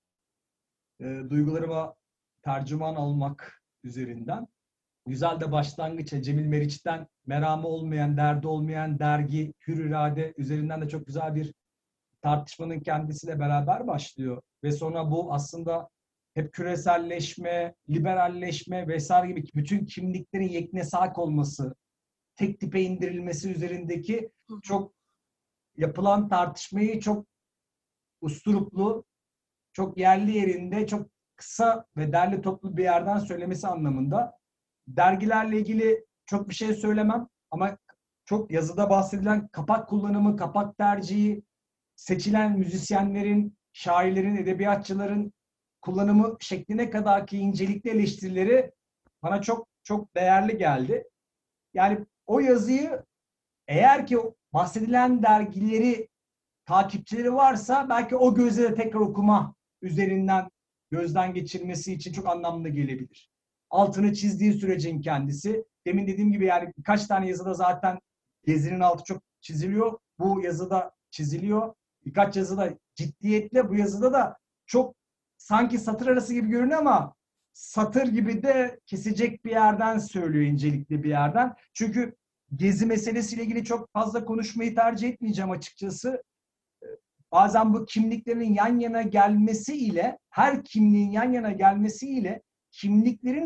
Duygularıma tercüman olmak üzerinden. Güzel de başlangıç. Cemil Meriç'ten meramı olmayan, derdi olmayan dergi, hür irade üzerinden de çok güzel bir tartışmanın kendisiyle beraber başlıyor. Ve sonra bu aslında hep küreselleşme, liberalleşme vesaire gibi bütün kimliklerin yeknesak olması, tek tipe indirilmesi üzerindeki çok yapılan tartışmayı çok usturuplu, çok yerli yerinde, çok kısa ve derli toplu bir yerden söylemesi anlamında. Dergilerle ilgili çok bir şey söylemem ama çok yazıda bahsedilen kapak kullanımı, kapak tercihi, seçilen müzisyenlerin, şairlerin, edebiyatçıların kullanımı şekline kadarki incelikli eleştirileri bana çok çok değerli geldi. Yani o yazıyı eğer ki bahsedilen dergileri takipçileri varsa belki o gözle de tekrar okuma üzerinden gözden geçirmesi için çok anlamlı gelebilir. Altını çizdiği sürecin kendisi. Demin dediğim gibi yani birkaç tane yazıda zaten Gezi'nin altı çok çiziliyor. Bu yazıda çiziliyor. Birkaç yazıda ciddiyetle, bu yazıda da çok sanki satır arası gibi görünüyor ama satır gibi de kesecek bir yerden söylüyor, incelikli bir yerden. Çünkü Gezi meselesiyle ilgili çok fazla konuşmayı tercih etmeyeceğim açıkçası. Bazen bu kimliklerin yan yana gelmesiyle, her kimliğin yan yana gelmesiyle kimliklerin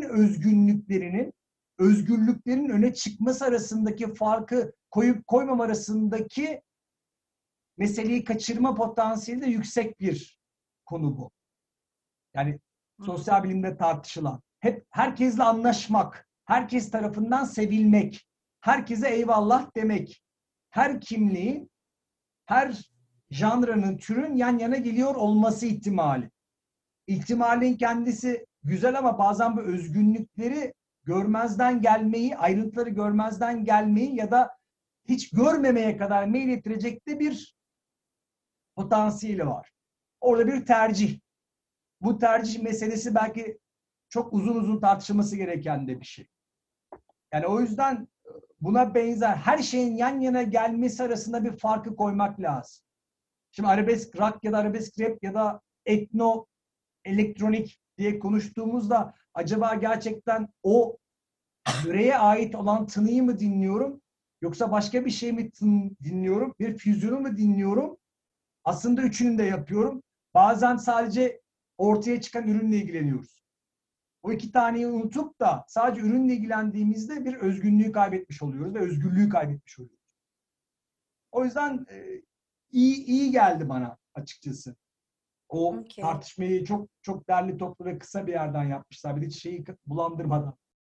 özgürlüklerin öne çıkması arasındaki farkı koyup koymam arasındaki meseleyi kaçırma potansiyeli de yüksek bir konu bu. Yani sosyal bilimde tartışılan. Hep herkesle anlaşmak, herkes tarafından sevilmek, herkese eyvallah demek. Her kimliğin, her janrının, türün yan yana geliyor olması ihtimali. İhtimalin kendisi güzel ama bazen bu özgünlükleri görmezden gelmeyi, ayrıntıları görmezden gelmeyi ya da hiç görmemeye kadar meylettirecek de bir potansiyeli var. Orada bir tercih. Bu tercih meselesi belki çok uzun uzun tartışılması gereken de bir şey. Yani o yüzden buna benzer her şeyin yan yana gelmesi arasında bir farkı koymak lazım. Şimdi arabesk rock ya da arabesk rap ya da etno, elektronik diye konuştuğumuzda acaba gerçekten o yöreye ait olan tınıyı mı dinliyorum yoksa başka bir şey mi dinliyorum, bir füzyonu mu dinliyorum? Aslında üçünü de yapıyorum. Bazen sadece ortaya çıkan ürünle ilgileniyoruz. O iki taneyi unutup da sadece ürünle ilgilendiğimizde bir özgünlüğü kaybetmiş oluyoruz ve özgürlüğü kaybetmiş oluyoruz. O yüzden iyi geldi bana açıkçası. O tartışmayı çok çok derli toplu ve kısa bir yerden yapmışlar. Bir de şeyi bulandırmadan.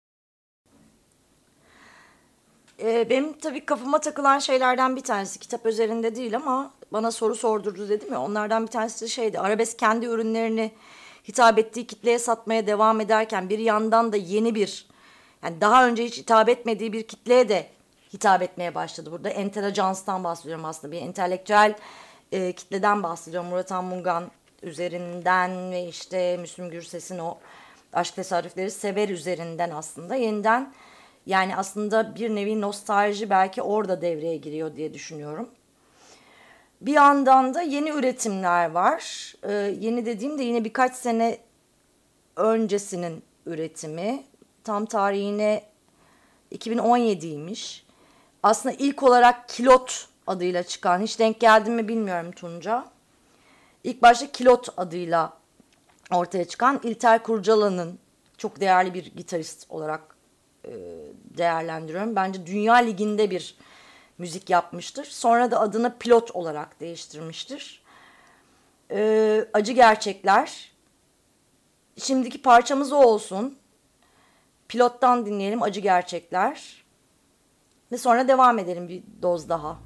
Benim tabii kafama takılan şeylerden bir tanesi, kitap üzerinde değil ama bana soru sordurdu dedim ya, onlardan bir tanesi de şeydi. Arabesk kendi ürünlerini hitap ettiği kitleye satmaya devam ederken bir yandan da yeni bir, yani daha önce hiç hitap etmediği bir kitleye de hitap etmeye başladı. Burada entelejanstan bahsediyorum aslında, bir entelektüel kitleden bahsediyorum. Murat Anmungan üzerinden ve işte Müslüm Gürses'in o Aşk Tesadüfleri Sever üzerinden aslında yeniden, yani aslında bir nevi nostalji belki orada devreye giriyor diye düşünüyorum. Bir yandan da yeni üretimler var. Yeni dediğim de yine birkaç sene öncesinin üretimi. Tam tarihine 2017'ymiş. Aslında ilk olarak Kilot adıyla çıkan, hiç denk geldin mi bilmiyorum Tunca. İlk başta Kilot adıyla ortaya çıkan İlter Kurcalan'ın, çok değerli bir gitarist olarak değerlendiriyorum. Bence Dünya Ligi'nde bir müzik yapmıştır. Sonra da adını Pilot olarak değiştirmiştir. Acı Gerçekler. Şimdiki parçamız o olsun. Pilot'tan dinleyelim Acı Gerçekler. Ve sonra devam edelim bir doz daha.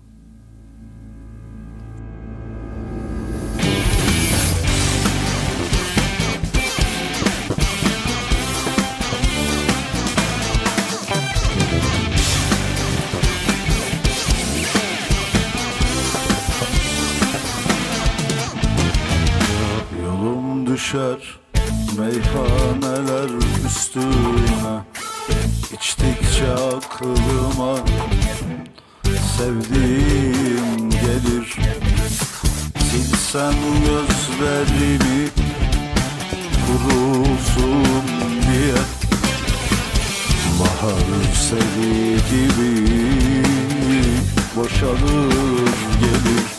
düşer meyhaneler üstüne. İçtikçe aklıma sevdiğim gelir. Silsem gözlerimi kurusun diye, bahar seli gibi boşalır gelir.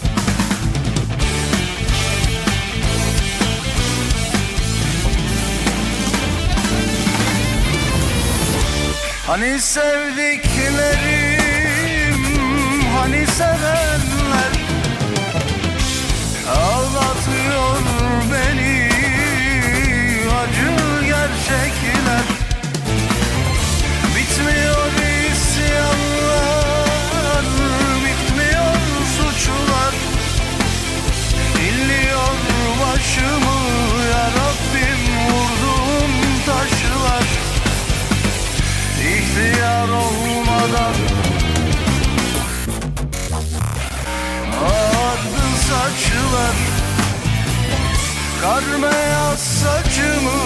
Hani sevdiklerim, hani sevenler ağlatıyor beni, acı gerçekler. Bitmiyor isyanlar, bitmiyor suçlar. İnliyor başımı ya Rabbim vurduğum taşlar. İhtiyar olmadan ağardı saçlar. Kar beyaz saçımı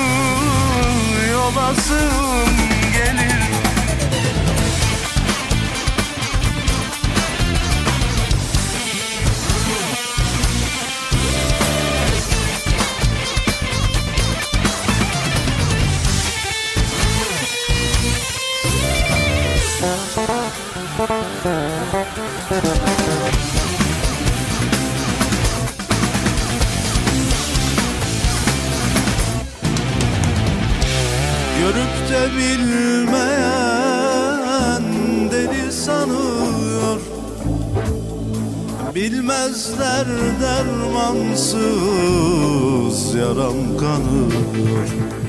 yolasım gelir. Görüp de bilmeyen deli sanıyor. Bilmezler dermansız yaram kanıyor.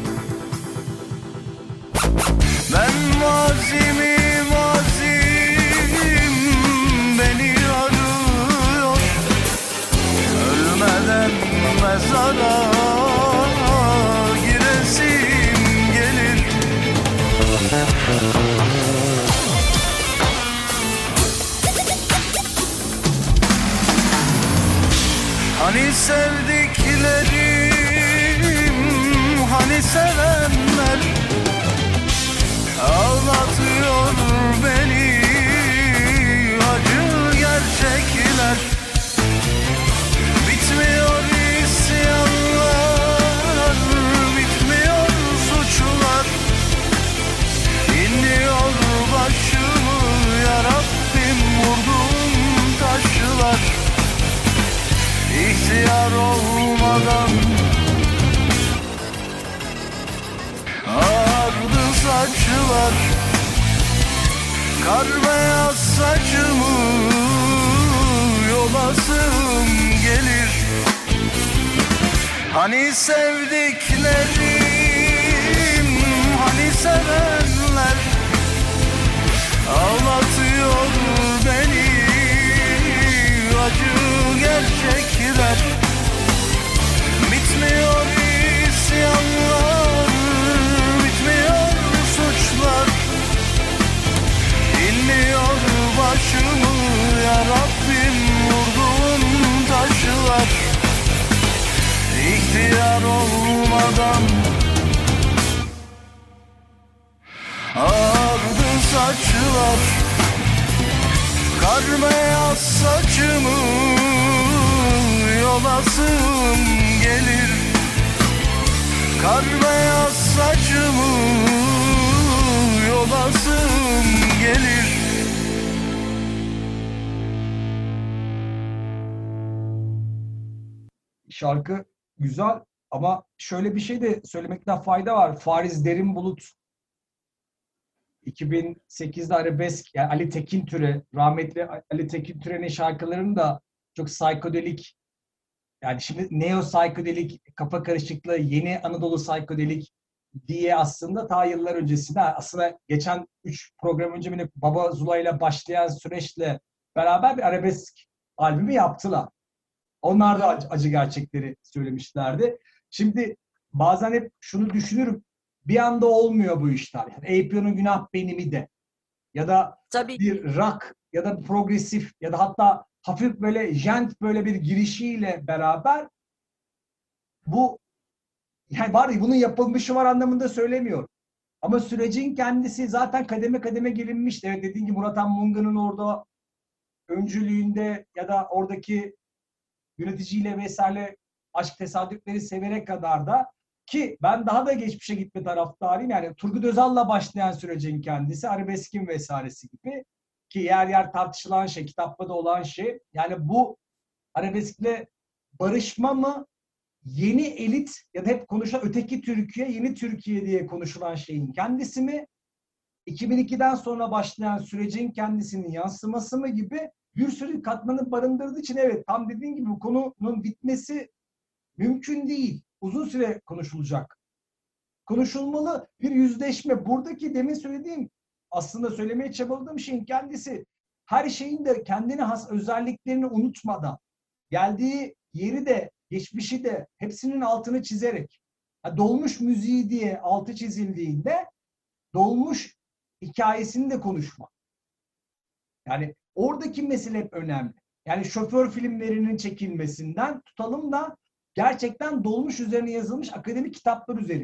Ben mazimi mazim beni arıyor. Ölmeden mezara giresim gelir. Hani sevdiklerim, hani sevenler ağlatıyor beni, acı gerçekler. Bitmiyor isyanlar, bitmiyor suçlar. İnliyor başımı ya Rabbim vurduğum taşlar. İhtiyar olmadan ağardı saçlar. Kar beyaz saçımı yolasım gelir. Hani sevdiklerim, hani sevenler ağlatıyor beni, acı gerçekler. Bitmiyor isyanlar, bitmiyor suçlar. İnliyor başımı ya Rabbim vurduğum taşlar. İhtiyar olmadan ağardı saçlar. Kar beyaz saçımı yolasım gelir. Kar beyaz saçımı yolasım gelir. Şarkı güzel ama şöyle bir şey de söylemekten fayda var. Fariz Derinbulut 2008'de arabesk, yani Ali Tekintürk'e, rahmetli Ali Tekintürk'ün şarkılarının da çok psikodelik, yani şimdi neo psikodelik, kafa karışıklığı, yeni Anadolu psikodelik diye aslında ta yıllar öncesinde, aslında geçen 3 program önce bile Baba Zula ile başlayan süreçle beraber bir arabesk albümü yaptılar. Onlar da acı gerçekleri söylemişlerdi. Şimdi bazen hep şunu düşünürüm, bir anda olmuyor bu işler. Yani Eyüp'ün Günah Benim'i de ya da Tabii. bir rock ya da progresif ya da hatta hafif böyle gent böyle bir girişiyle beraber bu Yani var ya, bunun yapılmışı var anlamında söylemiyorum. Ama sürecin kendisi zaten kademe kademe gelinmişti. Evet, dediğim gibi Murat Han Munga'nın orada öncülüğünde ya da oradaki yöneticiyle vesaire aşk tesadüfleri severek kadar da, ki ben daha da geçmişe gitme taraftarıyım. Yani Turgut Özal'la başlayan sürecin kendisi, arabeskin vesairesi gibi, ki yer yer tartışılan şey, kitapta da olan şey. Yani bu arabeskle barışma mı, yeni elit ya da hep konuşulan öteki Türkiye, yeni Türkiye diye konuşulan şeyin kendisi mi? 2002'den sonra başlayan sürecin kendisinin yansıması mı gibi bir sürü katmanı barındırdığı için evet, tam dediğin gibi bu konunun bitmesi mümkün değil. Uzun süre konuşulacak. Konuşulmalı bir yüzleşme. Buradaki demin söylediğim, aslında söylemeye çabaladığım şeyin kendisi, her şeyin de kendine has özelliklerini unutmadan, geldiği yeri de geçmişi de hepsinin altını çizerek, dolmuş müziği diye altı çizildiğinde dolmuş hikayesini de konuşmak. Yani oradaki mesele hep önemli. Yani şoför filmlerinin çekilmesinden tutalım da gerçekten dolmuş üzerine yazılmış akademik kitaplar üzerine.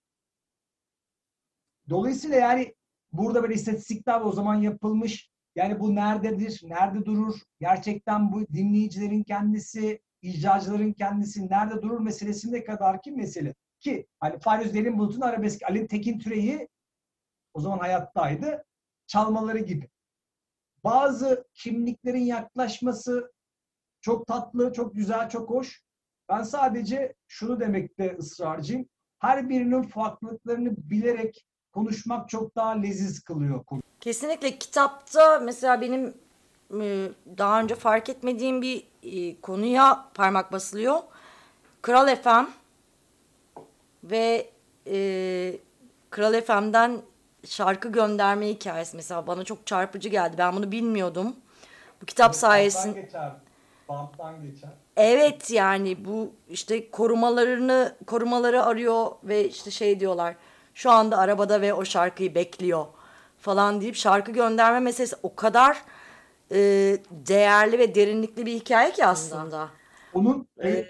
Dolayısıyla yani burada böyle istatistikler o zaman yapılmış. Yani bu nerededir, nerede durur? Gerçekten bu dinleyicilerin kendisi, icracıların kendisi nerede durur meselesine kadar ki mesele. Ki hani Fairuz Derin Bulut'un arabesk, Ali Tekin Türe'yi o zaman hayattaydı, çalmaları gibi. Bazı kimliklerin yaklaşması çok tatlı, çok güzel, çok hoş. Ben sadece şunu demekte ısrarcıyım. Her birinin farklılıklarını bilerek konuşmak çok daha leziz kılıyor. Kesinlikle kitapta mesela benim daha önce fark etmediğim bir konuya parmak basılıyor. Kral FM ve Kral FM'den şarkı gönderme hikayesi mesela bana çok çarpıcı geldi. Ben bunu bilmiyordum. Bu kitap sayesinde. Banttan geçer. Evet, yani bu işte korumaları arıyor ve işte şey diyorlar. Şu anda arabada ve o şarkıyı bekliyor falan deyip şarkı gönderme meselesi o kadar değerli ve derinlikli bir hikaye ki aslında. Onun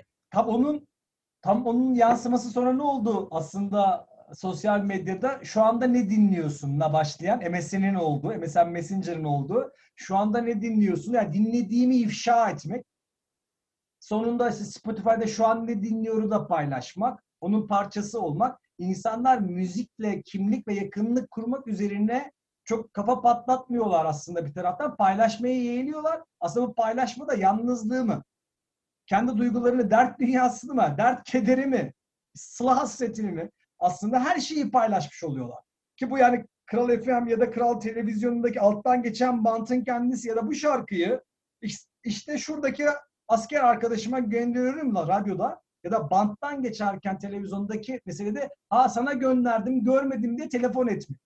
tam onun yansıması sonra ne oldu aslında sosyal medyada? Şu anda ne dinliyorsun'la başlayan MSN'in olduğu, MSN Messenger'ın olduğu, şu anda ne dinliyorsun? Yani dinlediğimi ifşa etmek. Sonunda işte Spotify'da şu an ne dinliyoru da paylaşmak, onun parçası olmak. İnsanlar müzikle kimlik ve yakınlık kurmak üzerine çok kafa patlatmıyorlar aslında bir taraftan. Paylaşmayı yeğliyorlar. Aslında bu paylaşma da yalnızlığı mı? Kendi duygularını, dert dünyasını mı? Dert kederi mi? Sıla hasretini mi? Aslında her şeyi paylaşmış oluyorlar. Ki bu yani Kral FM ya da Kral Televizyonu'ndaki alttan geçen bantın kendisi ya da bu şarkıyı işte şuradaki asker arkadaşıma gönderiyorum da radyoda ya da banttan geçerken televizyondaki meselede sana gönderdim görmedim diye telefon etmiyor.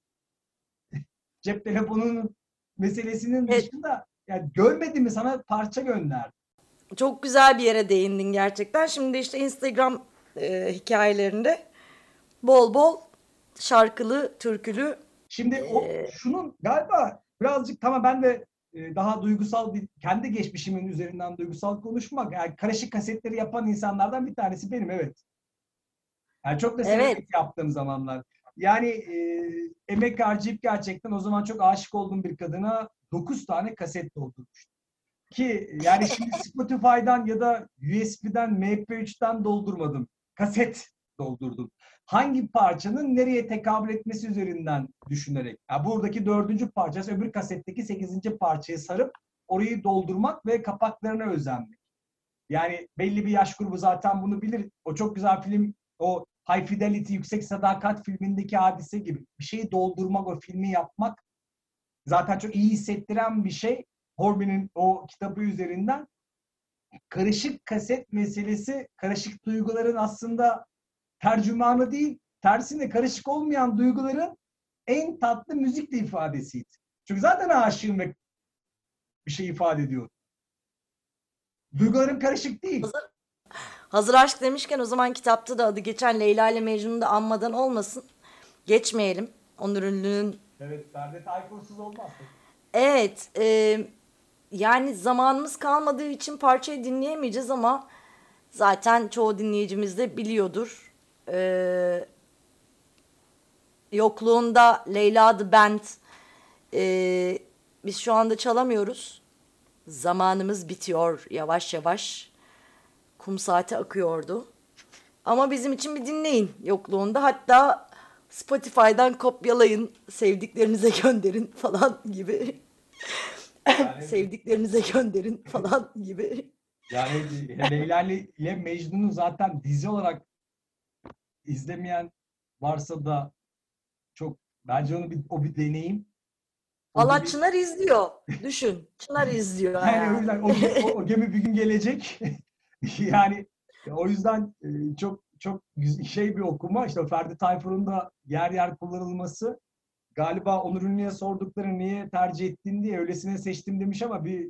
Cep telefonunun meselesinin dışında yani görmedim mi sana parça gönderdim. Çok güzel bir yere değindin gerçekten. Şimdi işte Instagram hikayelerinde bol bol şarkılı, türkülü. Şimdi şunun galiba birazcık tamam ben de daha duygusal bir kendi geçmişimin üzerinden duygusal konuşmak. Yani karışık kasetleri yapan insanlardan bir tanesi benim, evet. Yani çok da severek yaptığım zamanlar. Yani emek harcayıp gerçekten o zaman çok aşık olduğum bir kadına 9 tane kaset doldurmuştum. Ki yani şimdi Spotify'dan ya da USB'den MP3'ten doldurmadım. Kaset doldurdum. Hangi parçanın nereye tekabül etmesi üzerinden düşünerek. Yani buradaki 4. parçası öbür kasetteki 8. parçayı sarıp orayı doldurmak ve kapaklarına özenmek. Yani belli bir yaş grubu zaten bunu bilir. O çok güzel film, o High Fidelity, Yüksek Sadakat filmindeki hadise gibi. Bir şeyi doldurmak, o filmi yapmak zaten çok iyi hissettiren bir şey. Horby'nin o kitabı üzerinden. Karışık kaset meselesi, karışık duyguların aslında tercümanı değil, tersine karışık olmayan duyguların en tatlı müzikle ifadesiydi. Çünkü zaten aşığım ve bir şey ifade ediyor. Duygularım karışık değil. Hazır aşk demişken o zaman kitapta da adı geçen Leyla ile Mecnun'u da anmadan olmasın. Geçmeyelim. Onur Ünlü'nün. Evet, Ferdi Tayfur'suz olmaz. Evet. Yani zamanımız kalmadığı için parçayı dinleyemeyeceğiz ama zaten çoğu dinleyicimiz de biliyordur. yokluğunda Leyla The Band biz şu anda çalamıyoruz. Zamanımız bitiyor yavaş yavaş. Kum saati akıyordu. Ama bizim için bir dinleyin yokluğunda. Hatta Spotify'dan kopyalayın, sevdiklerinize gönderin falan gibi. Sevdiklerinize gönderin falan gibi. Yani Leyla ile Mecnun'u zaten dizi olarak izlemeyen varsa da çok bence o bir deneyim. Valla Çınar izliyor. Düşün. Çınar izliyor. Yani o yüzden o gemi bir gün gelecek. Yani o yüzden çok bir okuma. İşte Ferdi Tayfur'un da yer yer kullanılması. Galiba Onur Ünlü'ye sordukları niye tercih ettin diye öylesine seçtim demiş ama bir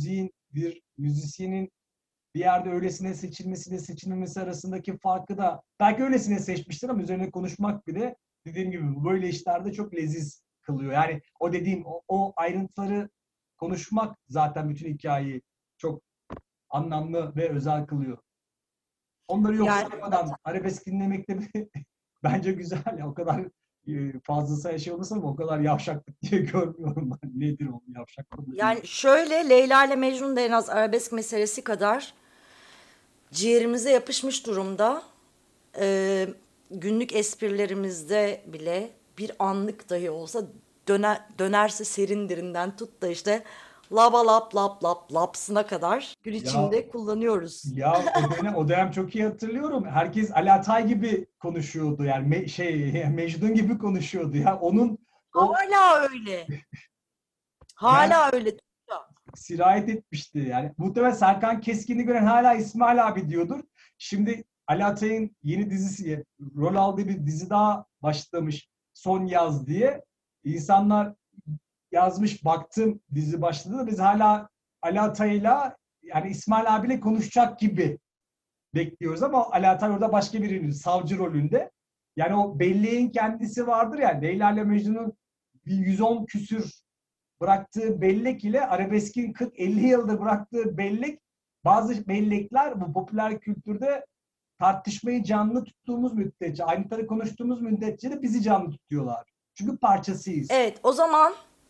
müzisyenin bir yerde öylesine seçilmesiyle seçilmemesi arasındaki farkı da belki öylesine seçmiştir ama üzerine konuşmak bile dediğim gibi böyle işlerde çok leziz kılıyor. Yani o dediğim o ayrıntıları konuşmak zaten bütün hikayeyi çok anlamlı ve özel kılıyor. Onları yok saymadan arabesk dinlemek de bence güzel ya. O kadar fazlası şey olursa ama o kadar yavşaklık diye görmüyorum ben. Nedir o yavşaklık? Yani şöyle Leyla ile Mecnun da en az arabesk meselesi kadar ciğerimize yapışmış durumda. Günlük esprilerimizde bile bir anlık dahi olsa dönerse serindirinden tut da işte laba lap lap lap lapsına kadar gün içinde kullanıyoruz. Ya o dönem çok iyi hatırlıyorum. Herkes Ali Atay gibi konuşuyordu. Yani Mecnun gibi konuşuyordu ya. Hala öyle. Hala öyle. Sirayet etmişti yani. Muhtemelen Serkan Keskin'i gören hala İsmail abi diyordur. Şimdi Ali Atay'ın yeni dizisi, rol aldığı bir dizi daha başlamış. Son Yaz diye. İnsanlar yazmış, baktım dizi başladı da biz hala Ali Atay'la yani İsmail abiyle konuşacak gibi bekliyoruz ama Ali Atay orada başka birinin savcı rolünde. Yani o belleğin kendisi vardır ya. Leyla ile Mecnun'un bir 110 küsür bıraktığı bellek ile arabeskin 40-50 yıldır bıraktığı bellek, bazı bellekler bu popüler kültürde tartışmayı canlı tuttuğumuz müddetçe, ayrıntıları konuştuğumuz müddetçe de bizi canlı tutuyorlar. Çünkü parçasıyız. Evet, o zaman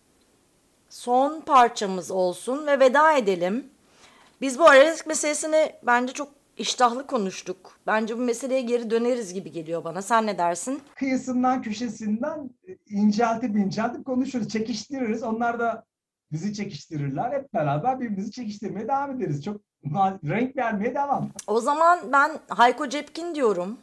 son parçamız olsun ve veda edelim. Biz bu arabesk meselesini bence çok iştahlı konuştuk. Bence bu meseleye geri döneriz gibi geliyor bana. Sen ne dersin? Kıyısından, köşesinden inceltip konuşuruz, çekiştiririz. Onlar da bizi çekiştirirler. Hep beraber birbirimizi çekiştirmeye devam ederiz. Çok renk vermeye devam. O zaman ben Hayko Cepkin diyorum.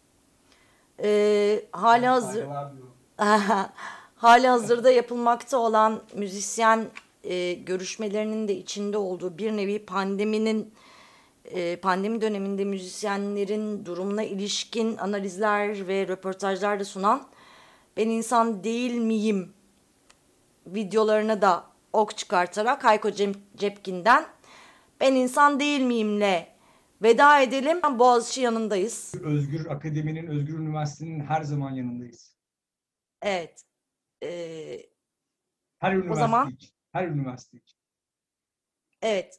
Hali hazırda yapılmakta olan müzisyen görüşmelerinin de içinde olduğu bir nevi pandemi döneminde müzisyenlerin durumuna ilişkin analizler ve röportajlar da sunan Ben İnsan Değil Miyim videolarına da ok çıkartarak Hayko Cepkin'den Ben İnsan Değil Miyim'le veda edelim. Boğaziçi yanındayız. Özgür Akademi'nin, Özgür Üniversite'nin her zaman yanındayız. Evet. Her üniversite o zaman, için. Her üniversite için. Evet.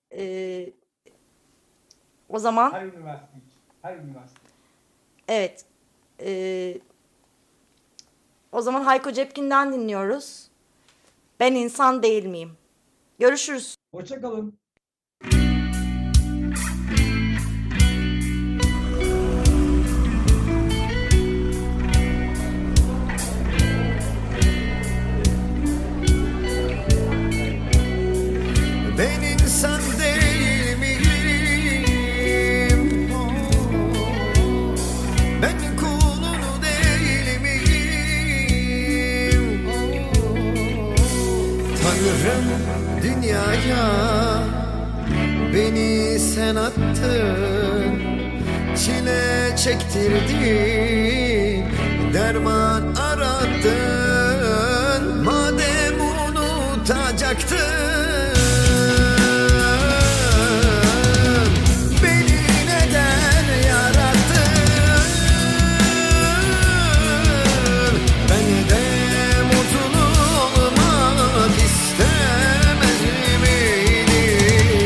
O zaman. Her üniversite için. Her üniversite. Evet. O zaman Hayko Cepkin'den dinliyoruz. Ben insan değil miyim? Görüşürüz. Hoşça kalın. Ben insan değil miyim? Ben kulunu değil miyim? Tanrım dünyaya beni sen attın, çile çektirdin, derman arattın. Madem unutacaktın,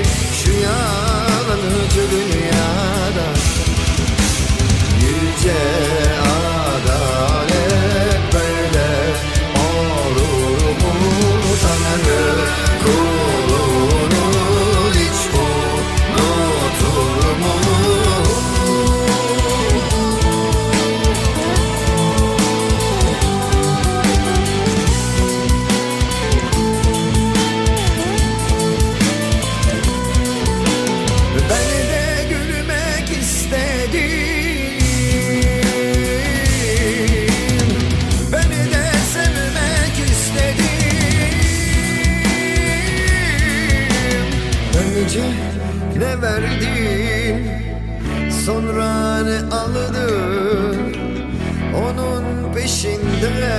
yeah. Hey